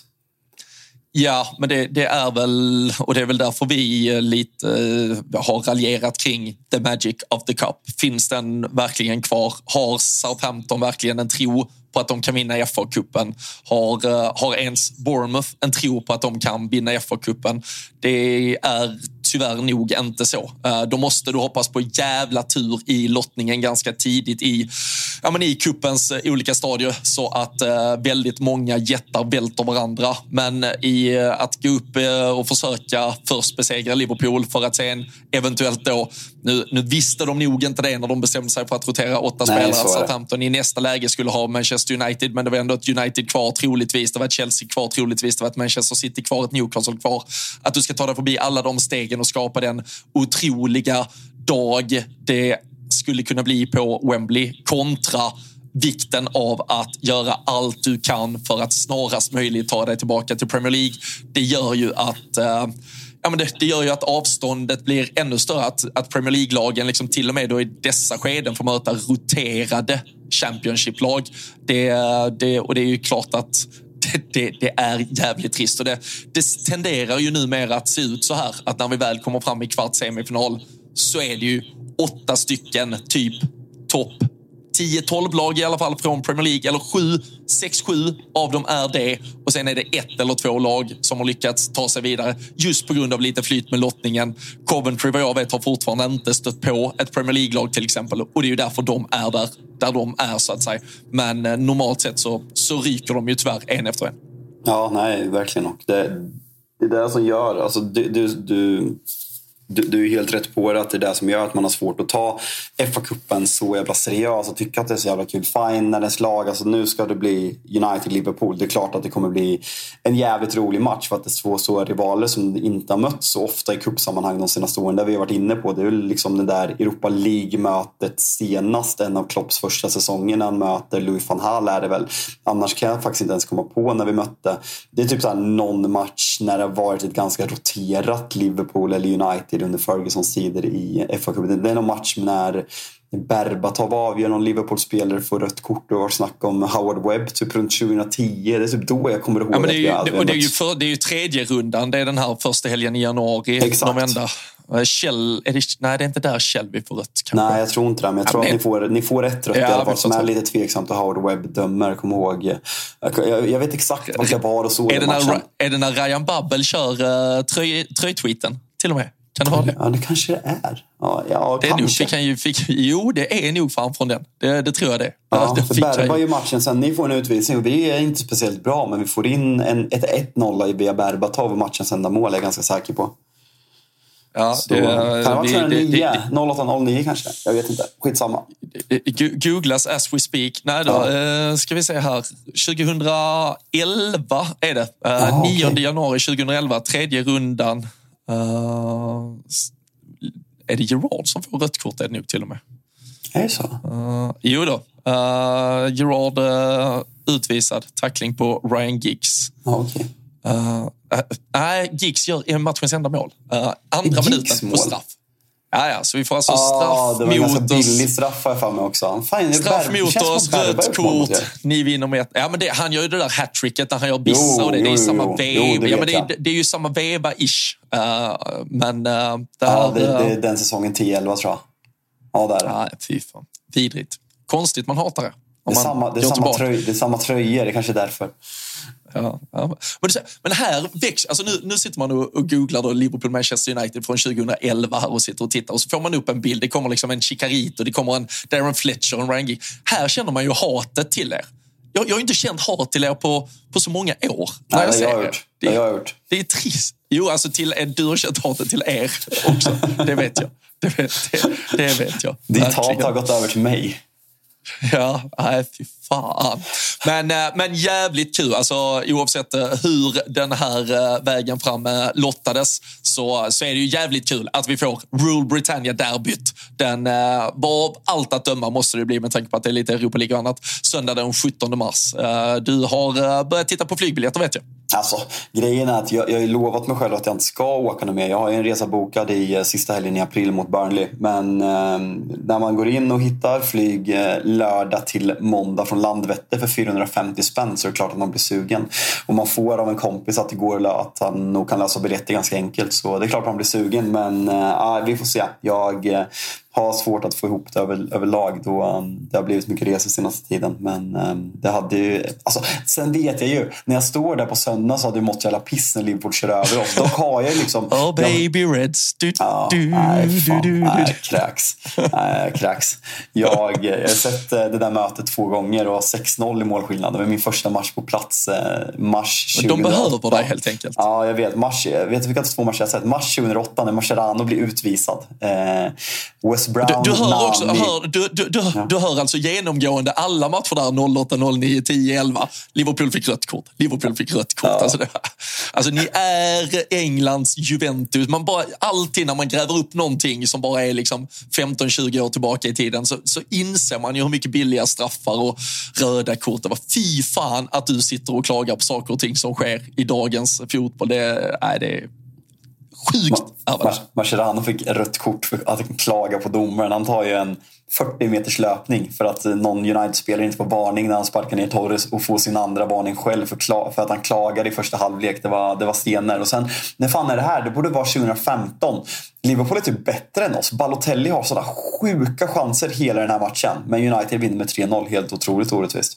Ja, men det, det är väl, och det är väl därför vi lite uh, har raljerat kring the magic of the cup. Finns den verkligen kvar? Har Southampton verkligen en tro på att de kan vinna F A-cupen? Har, uh, har ens Bournemouth en tro på att de kan vinna F A-cupen? Det är tyvärr nog inte så. Uh, då måste du hoppas på jävla tur i lottningen ganska tidigt i, ja, men i cupens uh, olika stadier, så att uh, väldigt många jättar välter varandra. Men i uh, att gå upp uh, och försöka först besegra Liverpool för att sen eventuellt då, nu, nu visste de nog inte det när de bestämde sig för att rotera åtta Nej, spelare, att Southampton i nästa läge skulle ha Manchester United, men det var ändå ett United kvar troligtvis, det var ett Chelsea kvar troligtvis, det var ett Manchester City kvar, ett Newcastle kvar. Att du ska ta dig förbi alla de stegen och skapa den otroliga dag det skulle kunna bli på Wembley kontra vikten av att göra allt du kan för att snarast möjligt ta dig tillbaka till Premier League. Det gör ju att uh, ja, men det, det gör ju att avståndet blir ännu större. Att, att Premier League-lagen liksom till och med då i dessa skeden får möta roterade Championship-lag. Det, det, och det är ju klart att det, det, det är jävligt trist. Och det, det tenderar ju numera att se ut så här. Att när vi väl kommer fram i kvart semifinal så är det ju åtta stycken typ topp tio tolv lag i alla fall från Premier League, eller sju, sex sju av dem är det, och sen är det ett eller två lag som har lyckats ta sig vidare just på grund av lite flyt med lottningen. Coventry, vad jag vet, har fortfarande inte stött på ett Premier League-lag till exempel, och det är ju därför de är där, där de är så att säga. Men eh, normalt sett så, så ryker de ju tyvärr en efter en. Ja, nej, verkligen. Och det, det är det som gör, alltså du, du, du Du, du är helt rätt på det, att det är det som gör att man har svårt att ta F A-cupen så jävla seriöst och tycka att det är så jävla kul. Fine, när det är slag, alltså nu ska det bli United-Liverpool. Det är klart att det kommer bli en jävligt rolig match för att det är två så rivaler som inte har mött så ofta i cupsammanhang de senaste åren. Där vi har varit inne på, det är liksom det där Europa League-mötet senast, en av Klopps första säsonger när han möter Louis van Gaal är det väl. Annars kan jag faktiskt inte ens komma på när vi mötte. Det är typ så här någon match när det har varit ett ganska roterat Liverpool eller United under Fergusons tider i F A-cupen. Det är någon match när Berbatov avgör någon Liverpool-spelare får rött kort och var snack om Howard Webb typ runt tjugohundratio. Det är typ då jag kommer ihåg. Ja, men det, är ju, att det, och det, är ju för, det är ju tredje rundan. Det är den här första helgen i januari. Exakt. De enda. Kjell, är det, nej, det är inte där Kjell vi får rött. Kanske. Nej, jag tror inte det. Men jag tror ja, men... att ni får, ni får rätt rött ja, i alla fall. Som är lite tveksamt att Howard Webb dömer. Kom ihåg. Jag, jag vet exakt vad det var och så. Är det, när, är det när Ryan Babbel kör uh, tröj, tröjtweeten till och med? Kan det vara det? Ja, det kanske det är. Ja, ja det är kanske. Nog, fick han ju, fick, jo, det är nog fan från den. Det, det tror jag det. Ja, det för Berba ju matchen sen. Ni får en utvisning och det är inte speciellt bra. Men vi får in en, ett ett noll via Berbatov och matchens enda mål är jag ganska säker på. Ja, så, det, kan det vara det, nio? noll åtta noll nio kanske? Jag vet inte. Skitsamma. Googlas as we speak. Nej då, ja. uh, ska vi se här. tjugohundraelva är det. Uh, Aha, nionde okay. januari tjugohundraelva, tredje rundan. Uh, är det Gerard som får rött kort? Är det nog till och med. Är det så? Uh, jo då. Uh, Gerard uh, utvisad. Tackling på Ryan Giggs. Ah, okay. uh, Nej, uh, Giggs gör matchens enda mål. Uh, andra minuten på straff. Ja, ja, så vi får alltså ah, straff det var mot en oss. Billig straff för fan också. Fan, straff bär, mot oss, rött kort. Ni vinner med ett. Ja, men det, han gör ju det där hattricket när han gör bissa jo, och det, det är ju samma veva. Ja, men det, är, det är ju samma veva-ish. Uh, men uh, det här, ja, det, det är den säsongen tio elva tror jag. Ja, där. Ja, fy fan. Vidrigt. Konstigt, man hatar det. Det är, samma, det, är samma tröj, det är samma tröjor, det kanske är därför. Ja, ja. Men, det, men här växer, alltså nu, nu sitter man och, och googlar då Liverpool Manchester United från tjugohundraelva här och sitter och tittar och så får man upp en bild, det kommer liksom en Chicarito, det kommer en Darren Fletcher och en Ryan Giggs. Här känner man ju hatet till er. Jag, jag har inte känt hat till er på, på så många år. Nej, jag det, har jag gjort. Det, det har jag gjort. Det är trist. Jo, alltså till er, du har känt hatet till er också. Det vet jag. Det vet, det, det vet jag. Ditt hat har gått över till mig. Ja, nej, fy fan. Men, men jävligt kul. Alltså, oavsett hur den här vägen fram lottades så, så är det ju jävligt kul att vi får Rule Britannia-derbyt. Den var allt att döma måste det bli med tanke på att det är lite Europa League och annat. Söndag den sjuttonde mars. Du har börjat titta på flygbiljetter, vet jag. Alltså, grejen är att jag, jag har lovat mig själv att jag inte ska åka med. Jag har en resa bokad i sista helgen i april mot Burnley. Men eh, när man går in och hittar flyg eh, lördag till måndag från Landvetter för fyrahundrafemtio spänn så är det klart att man blir sugen. Och man får av en kompis att det går att han nog kan lösa biljetter ganska enkelt. Så det är klart att man blir sugen. Men eh, vi får se. Jag... Eh, har svårt att få ihop det över, överlag då um, det har blivit mycket resor senaste tiden. Men um, det hade ju... Alltså, sen vet jag ju, när jag står där på söndag så hade jag mått jävla piss när Liverpool kör över oss. Då har jag liksom... Oh baby jag, reds. Du, ja, du, nej, fan, du, du, nej, kräks. Nej, kräks. Jag, jag har sett det där mötet två gånger och sex noll i målskillnad. Det var min första match på plats eh, mars tjugohundraåtta. De behöver dig helt enkelt. Ja, jag vet. Mars, jag vet vilka två matcher jag har sett. Mars tjugohundraåtta när Mascherano blir utvisad. Eh, West West Brown, du, du hör Nani. också, hör, du, du, du, ja. du hör alltså genomgående alla matcher där noll åtta, noll nio, tio, elva. Liverpool fick rött kort. Liverpool fick rött kort. Ja. Alltså, det, alltså ni är Englands Juventus. Man bara, alltid när man gräver upp någonting som bara är liksom femton tjugo år tillbaka i tiden så, så inser man ju hur mycket billiga straffar och röda kort det var. Fy fan att du sitter och klagar på saker och ting som sker i dagens fotboll. Det, nej, det är sjukt. Ma- Mascherano fick rött kort för att klaga på domaren. Han tar ju en fyrtio meters löpning för att någon United-spelare inte får varning när han sparkar ner Torres och får sin andra varning själv för, kla- för att han klagade i första halvlek. Det var, det var stenar. Och sen, när fan är det här? Det borde vara tjugohundrafemton. Liverpool är typ bättre än oss. Balotelli har sådana sjuka chanser hela den här matchen. Men United vinner med tre noll. Helt otroligt orättvist.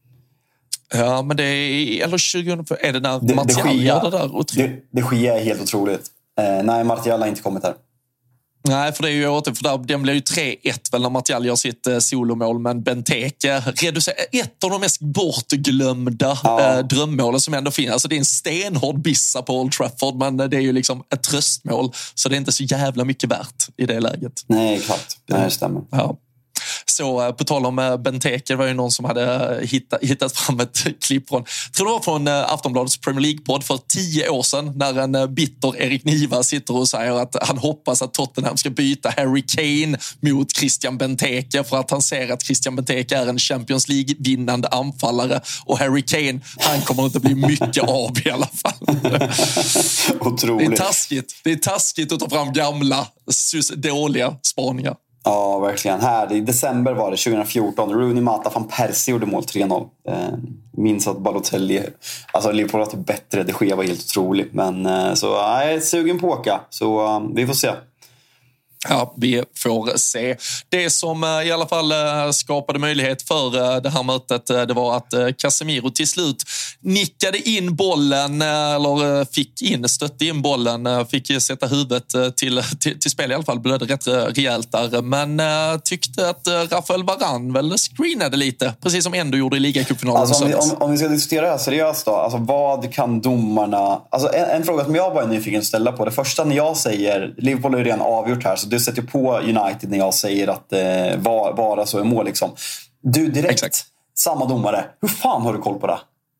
Ja, men det är... Eller tjugo... Är det när det, Martial gör det där? Det, det sker är helt otroligt. Eh, nej, Martial har inte kommit här. Nej, för det är ju åter, för där, den blir ju tre ett väl när Martial gör sitt eh, solomål, men Benteke reducerar ett av de mest bortglömda ja. eh, drömmålen som ändå finns. Alltså det är en stenhård bissa på Old Trafford, men det är ju liksom ett tröstmål, så det är inte så jävla mycket värt i det läget. Nej, klart. Det stämmer. Ja. Så på tal om Benteke, det var ju någon som hade hittat, hittat fram ett klipp från, tror det var från Aftonbladets Premier League-podd för tio år sedan, när en bitter Erik Niva sitter och säger att han hoppas att Tottenham ska byta Harry Kane mot Christian Benteke för att han ser att Christian Benteke är en Champions League-vinnande anfallare och Harry Kane, han kommer inte bli mycket av i alla fall. Otroligt. Det är taskigt. Det är taskigt att ta fram gamla, dåliga spaningar. Ja, verkligen. Här i december var det tjugohundrafjorton. Rooney Mata van Persie gjorde mål tre noll. Eh, minns att Balotelli... Alltså Liverpool var typ bättre. Det sker var helt otroligt. Men eh, så jag är sugen på att åka. Så eh, vi får se. Ja, vi får se. Det som i alla fall skapade möjlighet för det här mötet, det var att Casemiro till slut nickade in bollen, eller fick in, stötte in bollen, fick sätta huvudet till, till, till spel i alla fall, blödde rätt rejält där, men tyckte att Rafael Varane väl screenade lite, precis som ändå gjorde i ligacupfinalen. Alltså om, vi, om, om vi ska diskutera det här seriöst då, alltså vad kan domarna... Alltså en, en fråga som jag bara är nyfiken att ställa på, det första när jag säger, Liverpool är ju redan avgjort här, så du sätter på United när jag säger att eh, var, vara så är mål liksom. Du direkt, Exakt. Samma domare. Hur fan har du koll på det?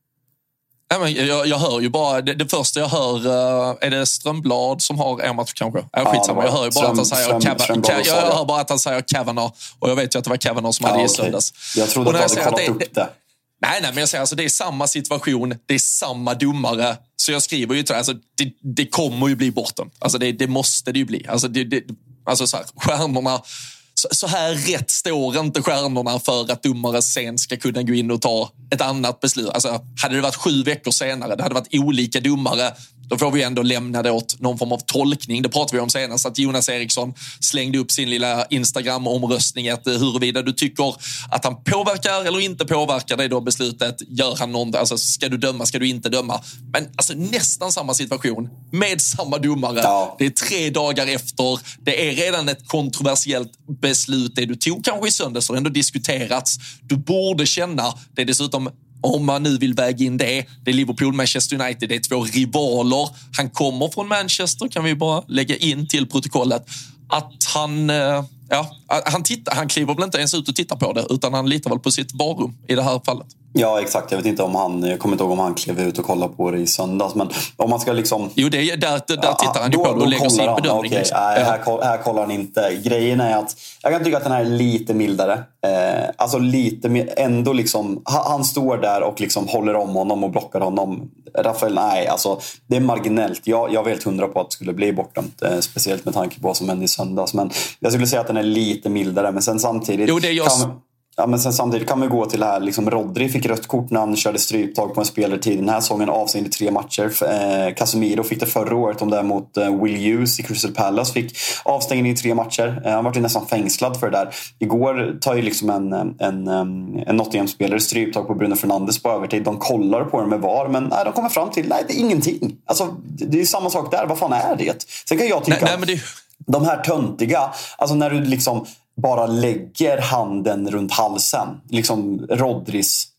Ja, men jag, jag hör ju bara, det, det första jag hör, uh, är det Strömblad som har en match kanske? Ja, ja, skitsamma, jag hör ju bara Ström, att han säger Ström, Cavan, Ström, Cavan, jag hör bara att han säger Kavanagh, och jag vet ju att det var Kavanagh som ja, hade i okay. söndags. Jag trodde att du hade kollat det, upp det. Nej, nej, men jag säger alltså, det är samma situation, det är samma domare. Så jag skriver ju till det, alltså, det, det kommer ju bli bortom. Alltså det, det måste det ju bli. Alltså, det, det, alltså så här, stjärnorna, så, så här rätt står inte stjärnorna för att domare sen ska kunna gå in och ta ett annat beslut. Alltså hade det varit sju veckor senare, det hade varit olika domare, då får vi ändå lämna det åt någon form av tolkning. Det pratade vi om senast, att Jonas Eriksson slängde upp sin lilla Instagram-omröstning att huruvida du tycker att han påverkar eller inte påverkar dig då beslutet. Gör han någon, alltså ska du döma, ska du inte döma? Men alltså nästan samma situation med samma domare. Ja. Det är tre dagar efter. Det är redan ett kontroversiellt beslut. Det du tog kanske i söndags har ändå diskuterats. Du borde känna, det är dessutom, om man nu vill väga in det, det är Liverpool, Manchester United, det är två rivaler. Han kommer från Manchester, kan vi bara lägga in till protokollet. Att han, ja, han, tittar, han kliver väl inte ens ut och tittar på det, utan han litar väl på sitt varum i det här fallet. Ja, exakt. Jag vet inte om han, jag kommer inte ihåg om han klev ut och kollade på det i söndags, men om man ska liksom... Jo, det är, där, där ja, tittar han ju på det och lägger sin bedömning. Okay. Liksom. Nej, här, här kollar han inte. Grejen är att jag kan tycka att den här är lite mildare. Eh, alltså lite mer, ändå liksom, han står där och liksom håller om honom och blockar honom. Rafael, nej, alltså det är marginellt. Jag, jag var helt hundra på att det skulle bli bortdömt, eh, speciellt med tanke på vad som hände i söndags. Men jag skulle säga att den är lite mildare, men sen samtidigt... Jo, det är just... kan, Ja, men sen samtidigt kan vi gå till det här, liksom Rodri fick rött kort när han körde stryptag på en spelare tid den här säsongen, avseende tre matcher. Eh, Casemiro fick det förra året, om det mot eh, Will Hughes i Crystal Palace, fick avstängning i tre matcher. Eh, han var ju nästan fängslad för det där. Igår tar ju liksom en, en, en, en Nottingham-spelare stryptag på Bruno Fernandes på övertid. De kollar på det med V A R, men nej, de kommer fram till, nej, det är ingenting. Alltså, det, det är ju samma sak där, vad fan är det? Sen kan jag tycka nej, nej, men det... de här töntiga, alltså när du liksom bara lägger handen runt halsen, liksom Rodris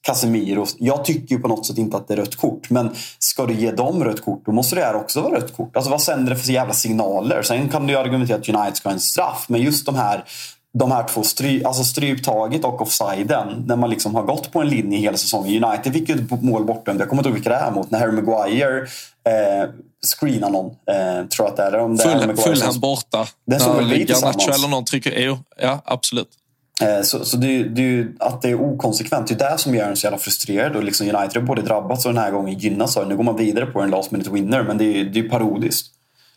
Casemiro. Jag tycker ju på något sätt inte att det är rött kort. Men ska du ge dem rött kort, då måste det här också vara rött kort. Alltså vad sänder det för jävla signaler? Sen kan du ju argumentera att United ska ha en straff. Men just de här, de här två stry, alltså stryptaget och offsiden, när man liksom har gått på en linje hela säsongen. United fick ju ett mål bortom. Jag kommer inte ihåg vilka det är mot. När Harry Maguire eh, screenar någon. Eh, tror att det är. Om det Full, är full han borta. Det som väl vi Garnacho eller någon trycker. Jo, ja, absolut. Så, så det, det, att det är okonsekvent, det är det som gör en så jävla frustrerad. Och liksom United har både drabbats och den här gången gynnas av. Nu går man vidare på en last minute winner, men det är ju det är parodiskt.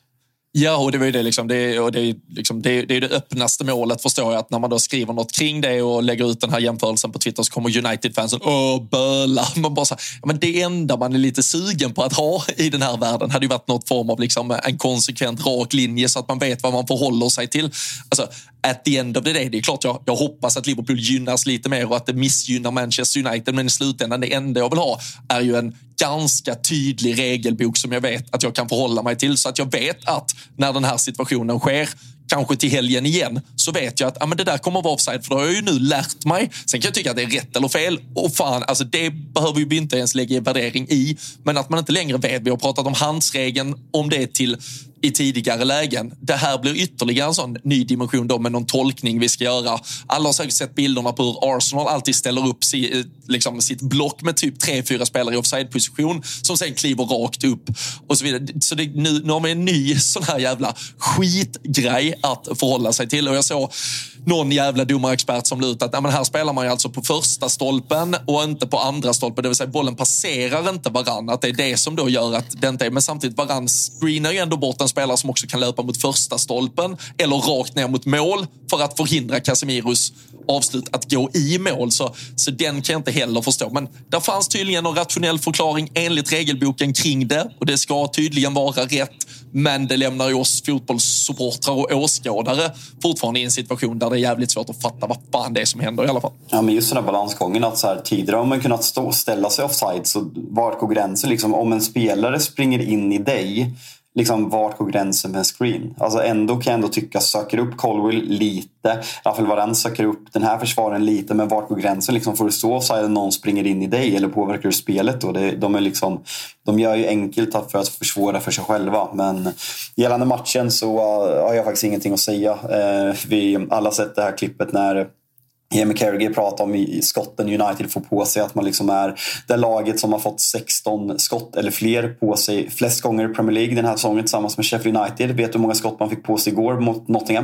Ja, och det var ju det liksom, det, och det, är liksom det, det är det öppnaste målet, förstår jag, att när man då skriver något kring det och lägger ut den här jämförelsen på Twitter, så kommer United-fansen åh, böla. Man bara så här, ja, men det enda man är lite sugen på att ha i den här världen hade ju varit något form av liksom en konsekvent rak linje så att man vet vad man förhåller sig till. Alltså, at the end of the day, det är klart jag, jag hoppas att Liverpool gynnas lite mer och att det missgynnar Manchester United, men i slutändan, det enda jag vill ha är ju en ganska tydlig regelbok som jag vet att jag kan förhålla mig till, så att jag vet att när den här situationen sker, kanske till helgen igen, så vet jag att ah, men det där kommer att vara offside, för då har jag ju nu lärt mig. Sen kan jag tycka att det är rätt eller fel, och fan, alltså det behöver vi inte ens lägga värdering i, men att man inte längre vet, vi har pratat om handsregeln, om det är till i tidigare lägen. Det här blir ytterligare en sån ny dimension då, med någon tolkning vi ska göra. Alla har säkert sett bilderna på hur Arsenal alltid ställer upp si, liksom sitt block med typ tre, fyra spelare i offside-position som sen kliver rakt upp och så vidare. Så det, nu, nu har man en ny sån här jävla skitgrej att förhålla sig till, och jag såg någon jävla domarexpert som lutar att ja, men här spelar man ju alltså på första stolpen och inte på andra stolpen, det vill säga bollen passerar inte varann, att det är det som då gör att det inte är, men samtidigt varann screenar ju ändå bort en spelare som också kan löpa mot första stolpen eller rakt ner mot mål för att förhindra Casemiros avslut att gå i mål, så, så den kan jag inte heller förstå, men där fanns tydligen en rationell förklaring enligt regelboken kring det, och det ska tydligen vara rätt, men det lämnar ju oss fotbollssupportrar och åskådare fortfarande i en situation där det är jävligt svårt att fatta vad fan det är som händer i alla fall. Ja, men just den här balansgången, att så här, tidigare har man kunnat stå och ställa sig offside, så vart går gränsen liksom, om en spelare springer in i dig, liksom vart går gränsen med en screen? Alltså ändå kan jag ändå tycka, söker upp Colwill lite, Rafael Varane söker upp den här försvaren lite, men vart går gränsen liksom? Får du stå offside och någon springer in i dig, eller påverkar du spelet då? Det, de är liksom, de gör ju enkelt för att försvåra för sig själva, men gällande matchen så uh, har jag faktiskt ingenting att säga. Uh, vi alla sett det här klippet när Jamie Carragher pratar om i skotten United får på sig, att man liksom är det laget som har fått sexton skott eller fler på sig flest gånger i Premier League den här säsongen tillsammans med Sheffield United. Vet du hur många skott man fick på sig igår mot Nottingham?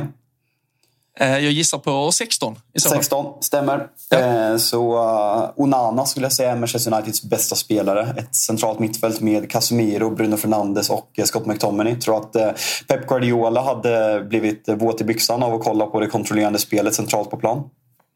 Jag gissar på sexton. I så sexton, stämmer. Ja. Så uh, Onana skulle jag säga är Manchester Uniteds bästa spelare. Ett centralt mittfält med Casemiro, Bruno Fernandes och uh, Scott McTominay. Jag tror att uh, Pep Guardiola hade blivit uh, våt i byxan av att kolla på det kontrollerande spelet centralt på plan.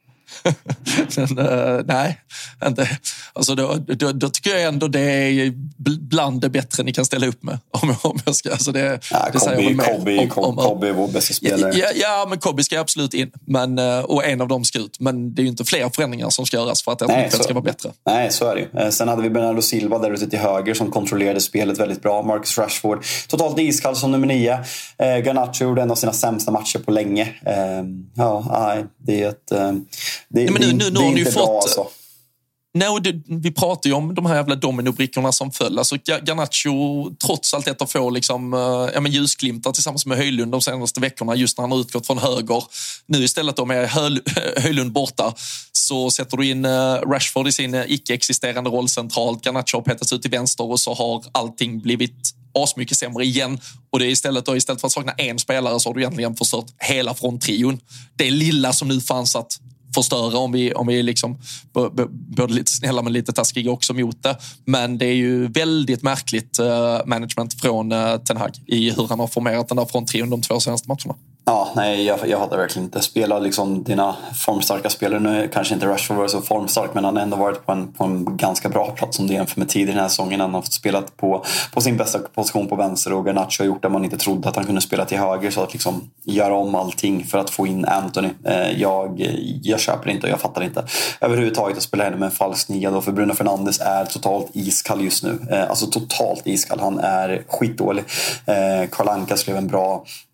Men, uh, nej, inte. Alltså, då, då, då tycker jag ändå det är bland det bättre ni kan ställa upp med. Om, om jag ska, alltså det, ja, det Kobe, Kobe, Kobe, Kobe är vår bästa spelare. Ja, ja, men Kobe ska absolut in. Men, och en av dem ska ut. Men det är ju inte fler förändringar som ska göras för att det ska vara bättre. Nej, så är det ju. Sen hade vi Bernardo Silva där ute till höger som kontrollerade spelet väldigt bra. Marcus Rashford, totalt iskall som nummer nio. Eh, Garnacho gjorde en av sina sämsta matcher på länge. Eh, ja, nej, det är ett... Eh, det, nej, men nu, nu, nu det är har ni inte ju bra fått... alltså. Nej, det, vi pratar ju om de här jävla dominobrickorna som föll. Alltså Garnacho, trots allt detta, får liksom, ja, men ljusglimtar tillsammans med Höjlund de senaste veckorna, just när han har utgått från höger. Nu istället då med Höl, Höjlund borta, så sätter du in Rashford i sin icke-existerande roll centralt. Garnacho har petats ut till vänster och så har allting blivit asmycket sämre igen. Och det är istället då, istället för att sakna en spelare, så har du egentligen förstört hela fronttrion. Det lilla som nu fanns att förstöra, om vi, om vi liksom både lite snälla men lite taskiga också mot det. Men det är ju väldigt märkligt uh, management från uh, Ten Hag i hur han har formerat den där fronttrion de två senaste matcherna. Ja, nej, jag, jag hade verkligen inte spelat liksom dina formstarka spelare. Nu kanske inte Rashford var så formstark, men han har ändå varit på en, på en ganska bra plats om det jämför med tidigare den här säsongen. Han har spelat på, på sin bästa position på vänster, och Garnacho har gjort det man inte trodde att han kunde spela till höger, så att liksom göra om allting för att få in Anthony. Jag, jag köper inte och jag fattar inte överhuvudtaget att spela henne med en falsk nia då, för Bruno Fernandes är totalt iskall just nu. Alltså totalt iskall. Han är skitdålig. Karl Anka skrev en bra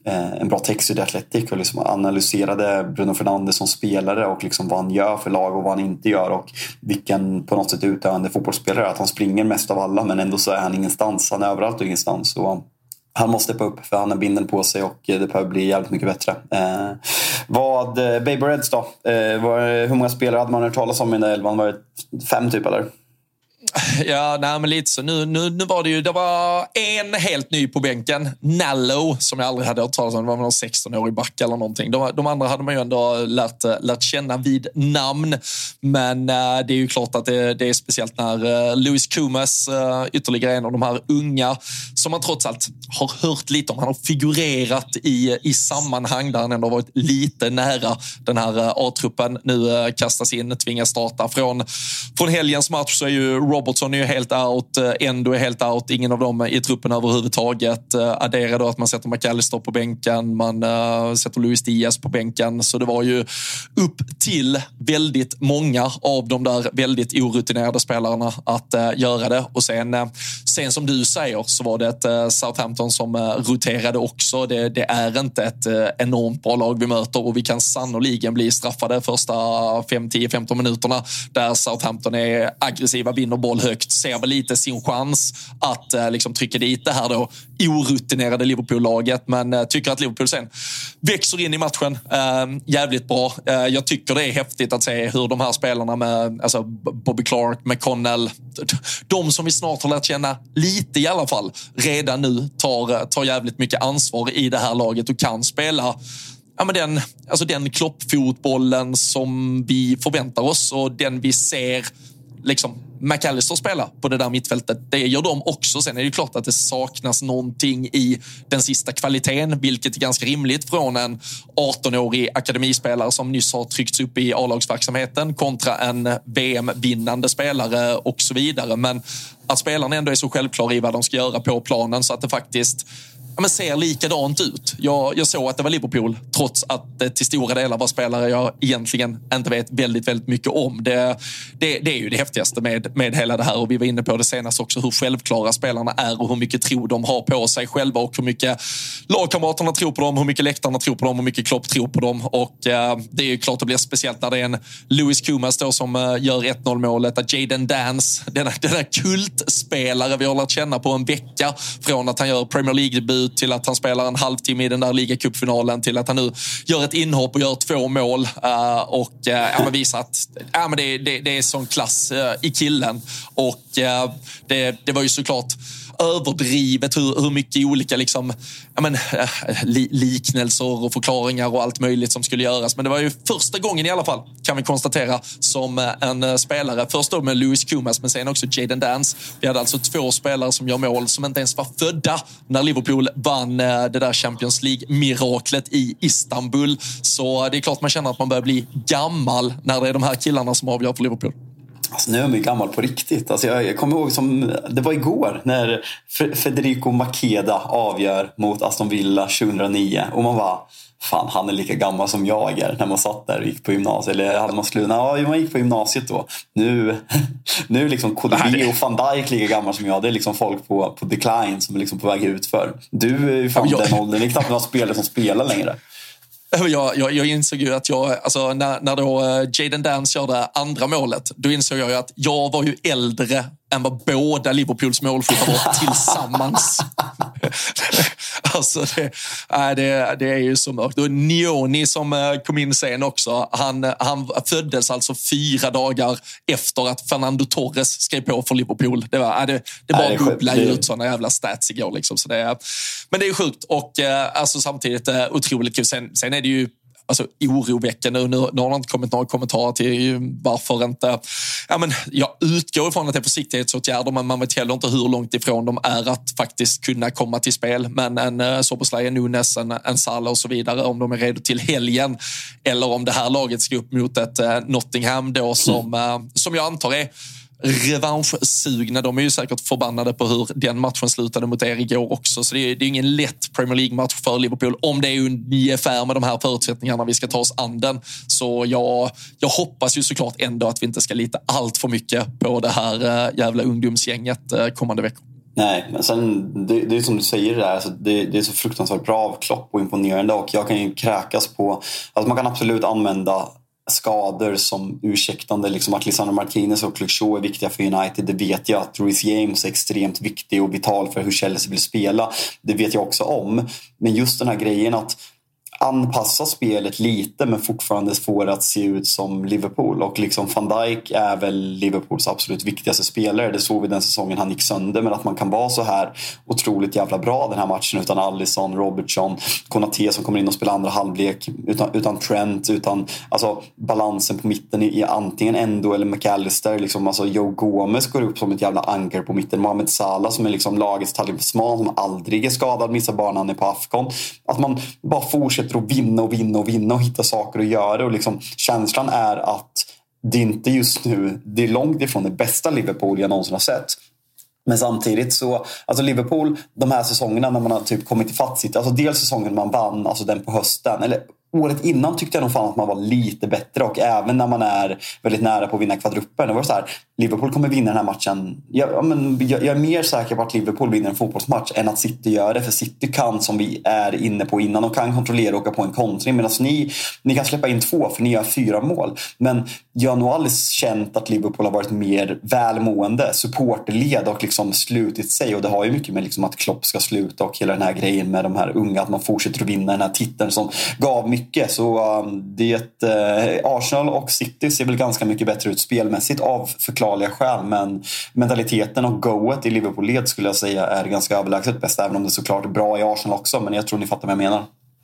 eh, en bra text i The Athletic och liksom analyserade Bruno Fernandes som spelare och liksom vad han gör för lag och vad han inte gör och vilken på något sätt utövande fotbollsspelare, att han springer mest av alla men ändå så är han ingenstans, han är överallt och ingenstans, så han måste steppa upp för han har binden på sig och det behöver bli jävligt mycket bättre. Eh, vad, Baby Reds då? Eh, var, hur många spelare hade man hört talas om i den där elvan? Var det fem typ eller? Ja, nej, men lite så. Nu, nu, nu var det ju, det var en helt ny på bänken. Nallo, som jag aldrig hade hört talas om. Det var någon sexton-årig back eller någonting. De, de andra hade man ju ändå lärt, lärt känna vid namn. Men uh, det är ju klart att det, det är speciellt när uh, Luis Kumas, uh, ytterligare en av de här unga, som man trots allt har hört lite om. Han har figurerat i, i sammanhang där han ändå varit lite nära den här uh, A-truppen. Nu uh, kastas in, tvingas starta. Från, från helgens match så är ju Robertson är ju helt out, Endo är helt out, ingen av dem i truppen överhuvudtaget. Addera då att man sätter McAllister på bänken, man uh, sätter Luis Diaz på bänken, så det var ju upp till väldigt många av de där väldigt orutinerade spelarna att uh, göra det. Och sen, uh, sen som du säger så var det ett uh, Southampton som uh, roterade också. Det, det är inte ett uh, enormt bra lag vi möter och vi kan sannoliken bli straffade första fem, tio, femton minuterna där Southampton är aggressiva, vinner boll högt, ser väl lite sin chans att eh, liksom trycka dit det här då orutinerade Liverpool-laget, men eh, tycker att Liverpool sen växer in i matchen eh, jävligt bra. Eh, jag tycker det är häftigt att se hur de här spelarna med alltså Bobby Clark, McConnell, de som vi snart har lärt känna lite i alla fall, redan nu tar, tar jävligt mycket ansvar i det här laget och kan spela ja, men den, alltså den kloppfotbollen som vi förväntar oss och den vi ser liksom McAllister spelar på det där mittfältet. Det gör de också. Sen är det ju klart att det saknas någonting i den sista kvaliteten, vilket är ganska rimligt från en arton-årig akademispelare som nyss har tryckts upp i A-lagsverksamheten kontra en V M-vinnande spelare och så vidare. Men att spelarna ändå är så självklara i vad de ska göra på planen så att det faktiskt ja, men ser likadant ut. Jag, jag såg att det var Liverpool, trots att det till stora delar var spelare jag egentligen inte vet väldigt, väldigt mycket om. Det, det, det är ju det häftigaste med, med hela det här, och vi var inne på det senast också, hur självklara spelarna är och hur mycket tro de har på sig själva och hur mycket lagkamraterna tror på dem, hur mycket läktarna tror på dem och hur mycket Klopp tror på dem. Och eh, det är ju klart det blir speciellt när det är en Luis Kumas då som eh, gör ett noll målet, att Jayden Dance, denna, denna kultspelare vi har lärt känna på en vecka, från att han gör Premier League-debut till att han spelar en halvtimme i den där ligacupfinalen till att han nu gör ett inhopp och gör två mål uh, och uh, ja, men visar att ja, men det, det, det är sån klass uh, i killen. Och uh, det, det var ju såklart överdrivet hur, hur mycket olika liksom, ja, men, äh, li, liknelser och förklaringar och allt möjligt som skulle göras. Men det var ju första gången i alla fall, kan vi konstatera, som en uh, spelare, först då med Luis Kumas men sen också Jayden Dance. Vi hade alltså två spelare som gör mål som inte ens var födda när Liverpool vann uh, det där Champions League-miraklet i Istanbul. Så det är klart man känner att man börjar bli gammal när det är de här killarna som avgör för Liverpool. Alltså, nu är jag gammal på riktigt. Alltså, jag, jag kommer ihåg som det var igår när Federico Makeda avgör mot Aston Villa tjugohundranio. Och man var, fan, han är lika gammal som jag är när man satt där och gick på gymnasiet. Eller hade man slutat? Ja, man gick på gymnasiet då. Nu, nu är liksom K D B och Van Dijk lika gammal som jag. Det är liksom folk på, på decline som är liksom på väg ut för. Du är ju fan ja, jag... den åldern. Det är knappt några spelare som spelar längre. Jag, jag, jag insåg ju att jag, alltså när, när då Jayden Dance gör det andra målet, då insåg jag ju att jag var ju äldre än vad båda Liverpools målskyttar var tillsammans. Alltså det, äh, det, det är ju så mörkt. Och Nioni som kom in sen också, han, han föddes alltså fyra dagar efter att Fernando Torres skrev på för Liverpool. Det var äh, det, det bara äh, bubblade ut sådana jävla stats igår liksom. Så det, men det är sjukt och äh, alltså samtidigt äh, otroligt kul. Sen, sen är det ju alltså oroväckande. Nu, nu har det inte kommit några kommentarer till varför inte. Ja, men jag utgår ifrån att det är försiktighetsåtgärder, men man vet heller inte hur långt ifrån de är att faktiskt kunna komma till spel. Men en uh, Soboslaj, en Nunes, en, en Salah och så vidare, om de är redo till helgen eller om det här laget ska upp mot ett uh, Nottingham då som, uh, som jag antar är revanschsugna. De är ju säkert förbannade på hur den matchen slutade mot er igår också. Så det är, det är ingen lätt Premier League-match för Liverpool om det är ungefär med de här förutsättningarna vi ska ta oss an den. Så jag, jag hoppas ju såklart ändå att vi inte ska lita allt för mycket på det här jävla ungdomsgänget kommande veckor. Nej, men sen det, det är som du säger där, alltså det, det är så fruktansvärt bra av Klopp och imponerande, och jag kan ju kräkas på, alltså man kan absolut använda skador som ursäktande, liksom att Lisandro Martinez och Luke Shaw är viktiga för United, det vet jag. Att Reece James är extremt viktig och vital för hur Chelsea vill spela, det vet jag också om. Men just den här grejen att anpassa spelet lite men fortfarande få det att se ut som Liverpool, och liksom Van Dijk är väl Liverpools absolut viktigaste spelare, det såg vi den säsongen han gick sönder, men att man kan vara så här otroligt jävla bra den här matchen utan Alisson, Robertson, Konaté som kommer in och spelar andra halvlek, utan, utan Trent, utan alltså balansen på mitten i, i antingen Endo eller McAllister, liksom, alltså Joe Gomez går upp som ett jävla anker på mitten, Mohamed Salah som är liksom lagets talisman som aldrig är skadad, missar bara när han är på Afcon, att man bara fortsätter att vinna och vinna och vinna och hitta saker att göra, och liksom känslan är att det inte just nu, det är långt ifrån det bästa Liverpool jag någonsin har sett. Men samtidigt så, alltså Liverpool, de här säsongerna när man har typ kommit i fatt sitt, alltså dels säsongen man vann, alltså den på hösten, eller året innan tyckte jag nog fan att man var lite bättre, och även när man är väldigt nära på att vinna kvadruppen. Det var så här, Liverpool kommer vinna den här matchen. Jag, ja, men, jag, jag är mer säker på att Liverpool vinner en fotbollsmatch än att City gör det, för City kan, som vi är inne på innan, och kan kontrollera och åka på en kontring, medan ni, ni kan släppa in två för ni gör fyra mål. Men jag har nog aldrig känt att Liverpool har varit mer välmående, supporterled och liksom slutit sig, och det har ju mycket med liksom att Klopp ska sluta och hela den här grejen med de här unga, att man fortsätter att vinna den här titeln som gav mycket. Så um, det uh, Arsenal och City ser väl ganska mycket bättre ut spelmässigt av förklarliga skäl, men mentaliteten och goet i Liverpool-led skulle jag säga är ganska överlägset bäst, även om det såklart är bra i Arsenal också, men jag tror ni fattar vad jag menar.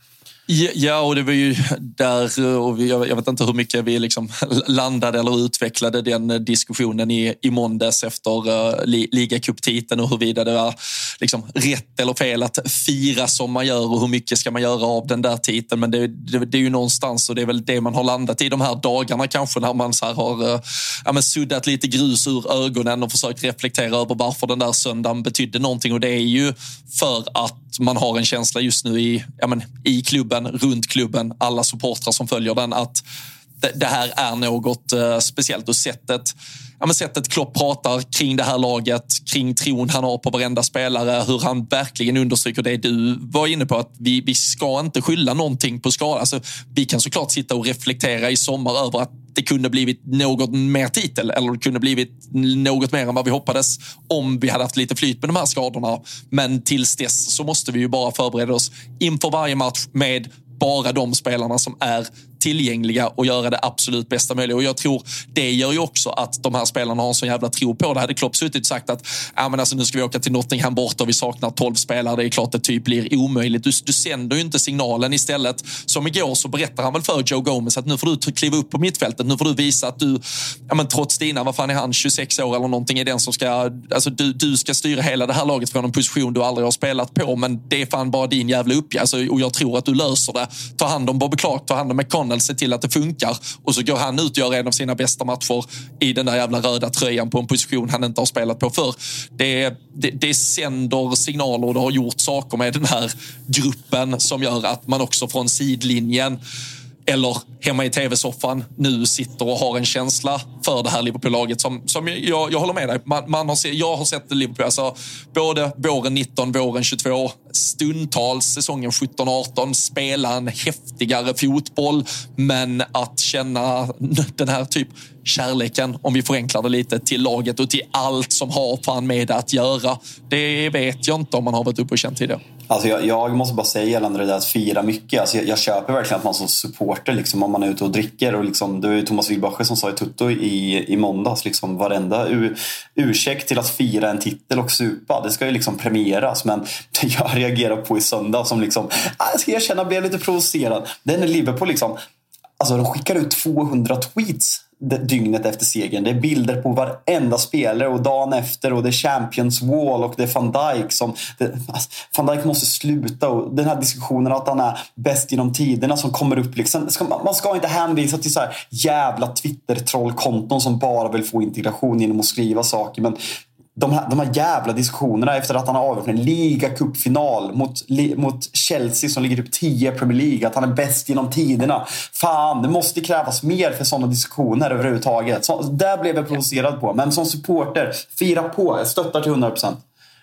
Ja, och det var ju där, och jag vet inte hur mycket vi liksom landade eller utvecklade den diskussionen i, i måndags efter uh, ligacuptiteln, och huruvida det var liksom rätt eller fel att fira som man gör och hur mycket ska man göra av den där titeln. Men det, det, det är ju någonstans, och det är väl det man har landat i de här dagarna kanske, när man så här har uh, ja, men suddat lite grus ur ögonen och försökt reflektera över varför den där söndagen betydde någonting. Och det är ju för att man har en känsla just nu i, ja, men, i klubben, runt klubben, alla supportrar som följer den, att det, det här är något uh, speciellt. Och sättet, ja, men sättet Klopp pratar kring det här laget, kring tron han har på varenda spelare, hur han verkligen understryker det du var inne på, att vi, vi ska inte skylla någonting på skada. Alltså, vi kan såklart sitta och reflektera i sommar över att det kunde blivit något mer titel, eller det kunde blivit något mer än vad vi hoppades om vi hade haft lite flyt med de här skadorna. Men tills dess så måste vi ju bara förbereda oss inför varje match med bara de spelarna som är tillgängliga och göra det absolut bästa möjliga. Och jag tror det gör ju också att de här spelarna har en så jävla tro på det. Hade Klopp suttit och sagt att ja, men alltså, nu ska vi åka till Nottingham bort och vi saknar tolv spelare, det är klart det typ blir omöjligt. Du, du sänder ju inte signalen. Istället, som igår, så berättar han väl för Joe Gomez att nu får du kliva upp på mittfältet, nu får du visa att du, ja, men trots dina, vad fan är han, tjugosex år eller någonting, är den som ska, alltså du, du ska styra hela det här laget från en position du aldrig har spelat på, men det är fan bara din jävla uppgift, alltså, och jag tror att du löser det. Ta hand om Bobby Clark, ta hand om McConnell, se till att det funkar, och så går han ut och gör en av sina bästa matcher i den där jävla röda tröjan på en position han inte har spelat på för. Det, det, det sänder signaler, och det har gjort saker med den här gruppen som gör att man också från sidlinjen eller hemma i tv-soffan nu sitter och har en känsla för det här Liverpool-laget som, som jag, jag håller med dig. Man, man har se, jag har sett Liverpool, alltså, både våren nitton, våren tjugotvå, stundtals säsongen sjutton arton, spela en häftigare fotboll, men att känna den här typ kärleken, om vi förenklar det lite, till laget och till allt som har fan med det att göra, det vet jag inte om man har varit uppe och känt tidigare. Alltså jag, jag måste bara säga gällande det där att fira mycket. Alltså jag, jag köper verkligen att man som supporter, liksom, om man är ute och dricker, och liksom, det var ju Thomas Wilbacher som sa i Tutto i, i måndags, liksom, varenda u, ursäkt till att fira en titel och supa, det ska ju liksom premieras. Men det jag reagerar på i söndag, som liksom, jag ska erkänna, blev lite provocerad. Den är Liverpool liksom, alltså de skickar ut tvåhundra tweets dygnet efter segern. Det är bilder på varenda spelare, och dagen efter, och det är Champions Wall, och det är Van Dijk som det, Van Dijk måste sluta, och den här diskussionen att han är bäst genom tiderna som kommer upp liksom, ska, man ska inte hänvisa till så här jävla Twitter-trollkonton som bara vill få integration genom att skriva saker, men De här, de här jävla diskussionerna efter att han har avgjort en ligacupfinal mot, mot Chelsea som ligger typ tio i Premier League, att han är bäst genom tiderna. Fan, det måste krävas mer för sådana diskussioner överhuvudtaget. Så, där blev jag provocerad på. Men som supporter, fira på, jag stöttar till hundra procent.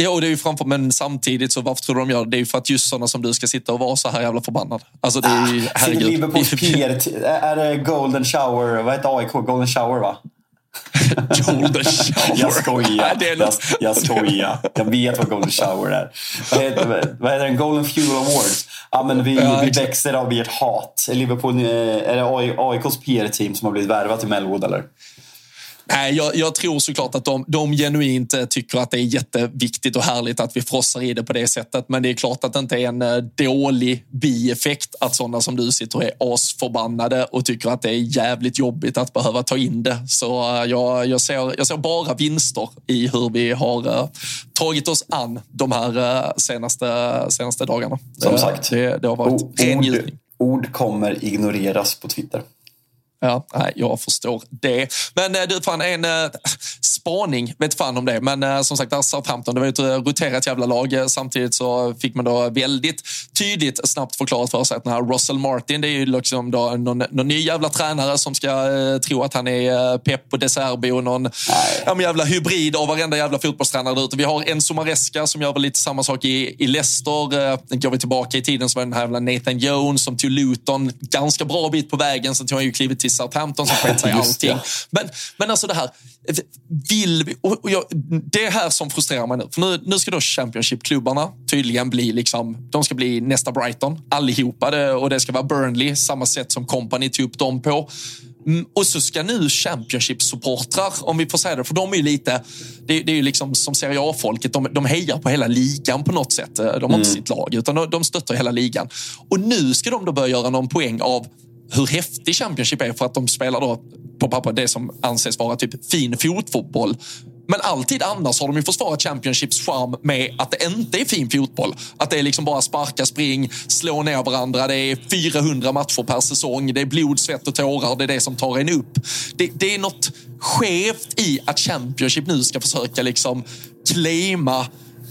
Ja, och det är ju framför, men samtidigt så varför tror du de gör det? Det är ju för att just sådana som du ska sitta och vara så här jävla förbannad. Alltså det är ju, ah, herregud. Liverpools P R, är det Golden Shower, vad heter A I K? Golden Shower, va? Golden Shower. Jag skojar. det är jag, jag skojar. Jag vet vad Golden Shower är. Vad heter, vad heter den? Golden Fuel Awards. Ja, men vi, ja, vi växer av ert hat. Liverpool, är det A I K:s P R-team som har blivit värvat till Melwood, eller? Nej, jag, jag tror såklart att de, de genuint tycker att det är jätteviktigt och härligt att vi frossar i det på det sättet. Men det är klart att det inte är en dålig bieffekt att sådana som du sitter och är asförbannade och tycker att det är jävligt jobbigt att behöva ta in det. Så jag, jag, ser, jag ser bara vinster i hur vi har uh, tagit oss an de här uh, senaste, senaste dagarna. Som sagt, det, det har varit ord, ren njutning. Ord kommer ignoreras på Twitter. Ja, nej, jag förstår det. Men du, fan, en äh, spaning, vet fan om det. Men äh, som sagt, där Southampton, det var ju ett roterat jävla lag. Samtidigt så fick man då väldigt tydligt snabbt förklarat för sig att den här Russell Martin, det är ju liksom då någon, någon ny jävla tränare som ska äh, tro att han är äh, Pep och De Zerbi och någon ja, jävla hybrid av varenda jävla fotbollstränare där ute. Vi har Enzo Maresca som gör väl lite samma sak i, i Leicester. Äh, går vi tillbaka i tiden så var den här jävla Nathan Jones som tog Luton ganska bra bit på vägen. Sen tog han ju klivet till Southampton som skett sig allting. Ja. Men, men alltså det här, vill vi, och jag, det är här som frustrerar mig nu. För nu, nu ska då Championship-klubbarna tydligen bli liksom, de ska bli nästa Brighton, allihopa. Det, och det ska vara Burnley, samma sätt som Company tog upp dem på. Mm, och så ska nu Championship-supportrar, om vi får säga det, för de är ju lite, det, det är ju liksom som Serie A-folket, de, de hejar på hela ligan på något sätt. De har mm. inte sitt lag, utan de, de stöttar hela ligan. Och nu ska de då börja göra någon poäng av hur häftig Championship är för att de spelar då på pappa det som anses vara typ fin fotboll. Men alltid annars har de ju försvarat Championships charm med att det inte är fin fotboll. Att det är liksom bara sparka, spring, slå ner varandra. Det är fyrahundra matcher per säsong. Det är blod, svett och tårar. Det är det som tar en upp. Det, det är något skevt i att Championship nu ska försöka liksom claima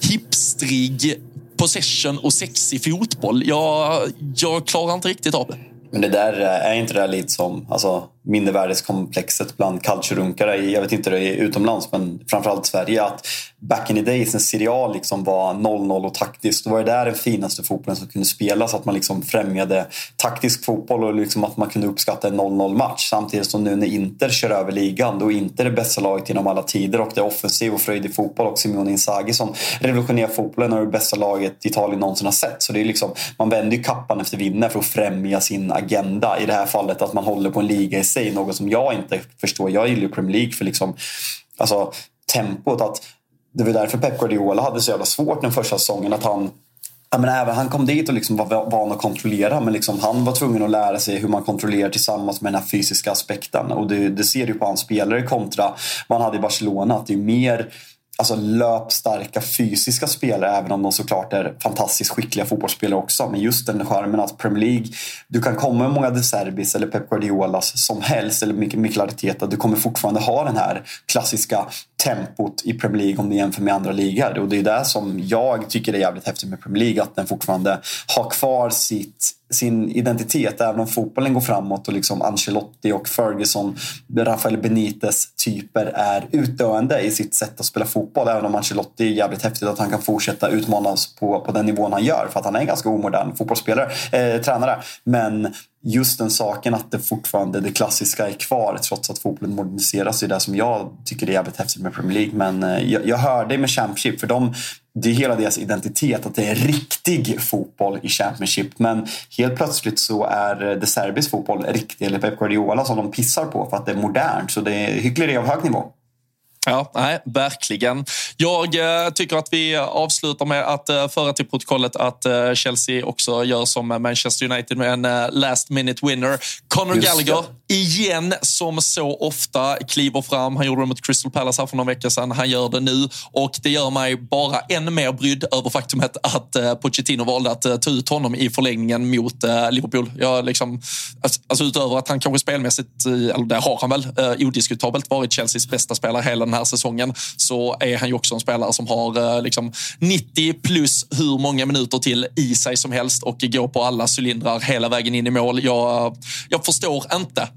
hipstrig possession och sexig fotboll. Jag, jag klarar inte riktigt av det. Men det där är inte det där lite som alltså, mindervärdeskomplexet bland culturunkare i, jag vet inte det är utomlands, men framförallt Sverige, att back in the days när Serie A liksom var noll noll och taktiskt, då var det där den finaste fotbollen som kunde spelas, att man liksom främjade taktisk fotboll och liksom att man kunde uppskatta en noll noll match, samtidigt som nu när Inter kör över ligan, då är Inter det bästa laget genom alla tider och det är offensiv och fröjdig fotboll, och Simone Inzaghi som revolutionerar fotbollen och är det bästa laget Italien någonsin har sett. Så det är liksom, man vänder ju kappan efter vinnare för att främja sin agenda, i det här fallet att man håller på en liga i sig, något som jag inte förstår. Jag gillar ju Premier League för liksom, alltså tempot, att det var därför Pep Guardiola hade så jävla svårt den första säsongen, att han ja, men även han kom dit och liksom var van att kontrollera, men liksom han var tvungen att lära sig hur man kontrollerar tillsammans med den här fysiska aspekten, och det, det ser ju på hans spelare kontra vad han hade i Barcelona, att det är mer alltså löpstarka fysiska spelare, även om de såklart är fantastiskt skickliga fotbollsspelare också. Men just den skärmen att Premier League, du kan komma med många De Zerbis eller Pep Guardiolas som helst, eller Mikel Arteta, du kommer fortfarande ha den här klassiska tempot i Premier League om du jämför med andra ligor. Och det är det som jag tycker är jävligt häftigt med Premier League, att den fortfarande har kvar sitt, sin identitet, även om fotbollen går framåt och liksom Ancelotti och Ferguson, Rafael Benitez typer är utdöende i sitt sätt att spela fotboll, även om Ancelotti är jävligt häftigt att han kan fortsätta utmanas på, på den nivån han gör, för att han är en ganska omodern fotbollsspelare, eh, tränare. Men just den saken att det fortfarande det klassiska är kvar trots att fotbollen moderniseras är det som jag tycker är jävligt häftigt med Premier League. Men jag, jag hör det med Championship, för de, det är hela deras identitet att det är riktig fotboll i Championship, men helt plötsligt så är De Zerbis fotboll riktig, eller Pep Guardiola som de pissar på för att det är modernt, så det är hyckleri av hög nivå. Ja, nej, verkligen. Jag eh, tycker att vi avslutar med att eh, föra till protokollet att eh, Chelsea också gör som Manchester United med en eh, last minute winner. Conor Just Gallagher, det. igen, som så ofta kliver fram. Han gjorde det mot Crystal Palace här för några veckor sedan. Han gör det nu, och det gör mig bara än mer brydd över faktumet att eh, Pochettino valde att eh, ta ut honom i förlängningen mot eh, Liverpool. Jag liksom, alltså utöver att han kanske spelmässigt, eh, eller det har han väl, eh, odiskutabelt varit Chelseas bästa spelare hela den här säsongen, så är han ju också en spelare som har liksom nittio plus hur många minuter till i sig som helst och går på alla cylindrar hela vägen in i mål. Jag, jag förstår inte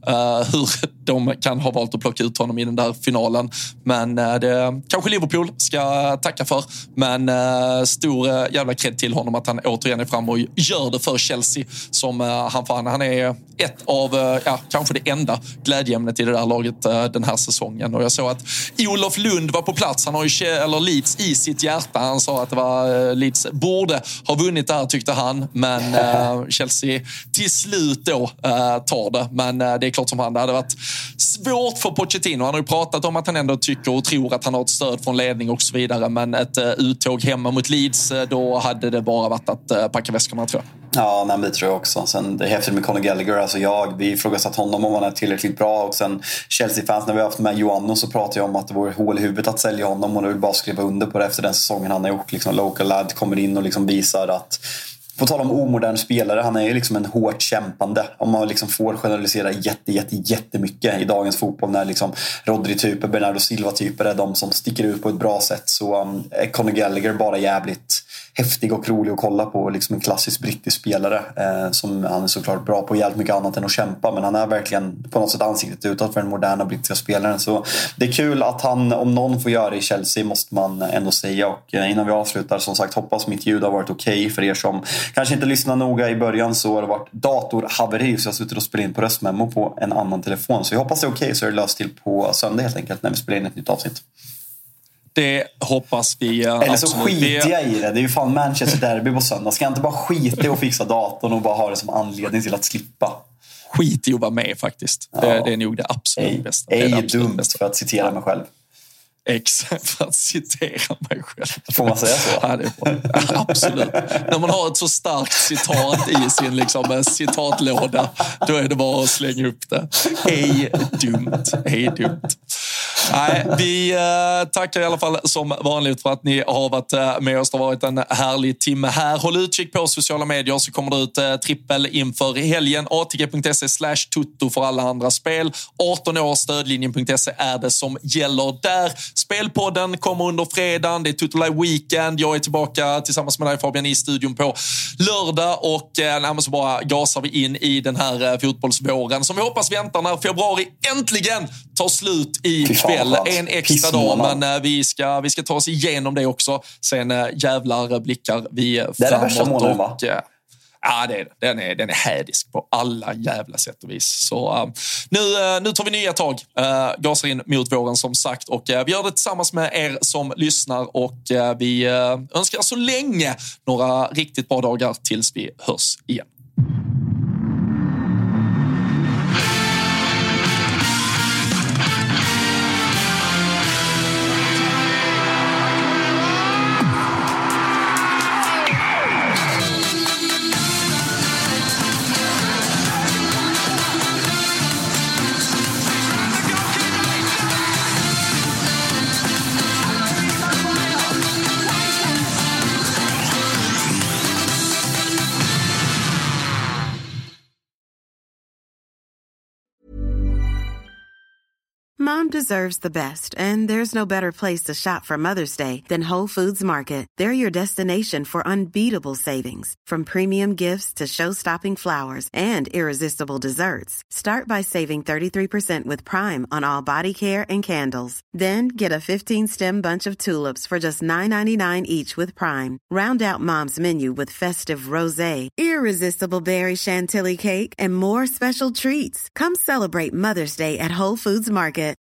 uh, hur de kan ha valt att plocka ut honom i den där finalen. Men uh, det kanske Liverpool ska tacka för. Men uh, stor uh, jävla cred till honom att han återigen är fram och gör det för Chelsea som uh, han fan. Han är ett av, uh, ja, kanske det enda glädjeämnet i det där laget uh, den här säsongen. Och jag såg att Olof Lund var på plats. Han har ju, eller Leeds i sitt hjärta. Han sa att det var uh, Leeds borde ha vunnit där, tyckte han. Men uh, Chelsea till slut då uh, tar det. Men uh, det är klart som han, det hade varit svårt för Pochettino. Han har ju pratat om att han ändå tycker och tror att han har ett stöd från ledning och så vidare. Men ett uh, uttåg hemma mot Leeds, uh, då hade det bara varit att uh, packa väskorna, tror jag. Ja, nej, det tror jag också. Sen det är häftigt med Conor Gallagher. Alltså jag, vi ifrågasatt honom om han är tillräckligt bra. Och sen Chelsea-fans, när vi har haft med Joanno, så pratar jag om att det vore hål i huvudet att sälja honom. Och jag vill bara skriva under på det efter den säsongen han har gjort. Liksom, local lad kommer in och liksom visar att, på tal om omodern spelare, han är ju liksom en hårt kämpande. Om man liksom får generalisera jätte, jätte, jättemycket i dagens fotboll, när liksom Rodri-typer, Bernardo Silva-typer är de som sticker ut på ett bra sätt, så um, är Conor Gallagher bara jävligt häftig och rolig att kolla på. Liksom en klassisk brittisk spelare eh, som han är såklart bra på jävligt mycket annat än att kämpa, men han är verkligen på något sätt ansiktet utåt för den moderna brittiska spelaren. Så det är kul att han, om någon får göra det i Chelsea, måste man ändå säga. Och eh, innan vi avslutar, som sagt, hoppas mitt ljud har varit okej okay för er som kanske inte lyssnade noga i början. Så har det varit datorhaveri, så jag sitter och spelar in på röstmemo på en annan telefon. Så jag hoppas det är okej okay, så är det löst till på söndag helt enkelt när vi spelar in ett nytt avsnitt. Det hoppas vi. Eller så skiter jag i det. Det är ju fan Manchester Derby på söndag. Ska jag inte bara skita i att fixa datorn och bara ha det som anledning till att slippa? Skit i att vara med faktiskt. Ja. Det, det är nog det absolut ej, bästa. Det är ej det absolut dumt bästa. För att citera mig själv. Exakt, för att citera mig själv. Får man säga så? Ja, det är bra. Ja, absolut. När man har ett så starkt citat i sin liksom, citatlåda, då är det bara att slänga upp det. Ej dumt, ej dumt. Nej, vi eh, tackar i alla fall som vanligt för att ni har varit eh, med oss. Det har varit en härlig timme här. Håll utkik på sociala medier, så kommer det ut eh, trippel inför helgen. A T G punkt se slash tutto för alla andra spel. arton år, stödlinjen punkt se är det som gäller där. Spelpodden kommer under fredagen. Det är Tutto Live Weekend. Jag är tillbaka tillsammans med dig, Fabian, i studion på lördag. Och eh, så bara gasar vi in i den här eh, fotbollsvåren som vi hoppas väntar när februari äntligen tar slut i kväll. En extra dag, men äh, vi, ska, vi ska ta oss igenom det också. Sen äh, jävlar blickar vi framåt. Det är den värsta månaden, va? Äh, ja, det är, den, är, den är hädisk på alla jävla sätt och vis. Så äh, nu, äh, nu tar vi nya tag. Äh, gasar in mot våren som sagt. Och äh, vi gör det tillsammans med er som lyssnar. Och äh, vi äh, önskar så länge några riktigt bra dagar tills vi hörs igen. Mom deserves the best, and there's no better place to shop for Mother's Day than Whole Foods Market. They're your destination for unbeatable savings, from premium gifts to show-stopping flowers and irresistible desserts. Start by saving thirty-three percent with Prime on all body care and candles. Then get a fifteen-stem bunch of tulips for just nine ninety-nine each with Prime. Round out Mom's menu with festive rosé, irresistible berry chantilly cake, and more special treats. Come celebrate Mother's Day at Whole Foods Market.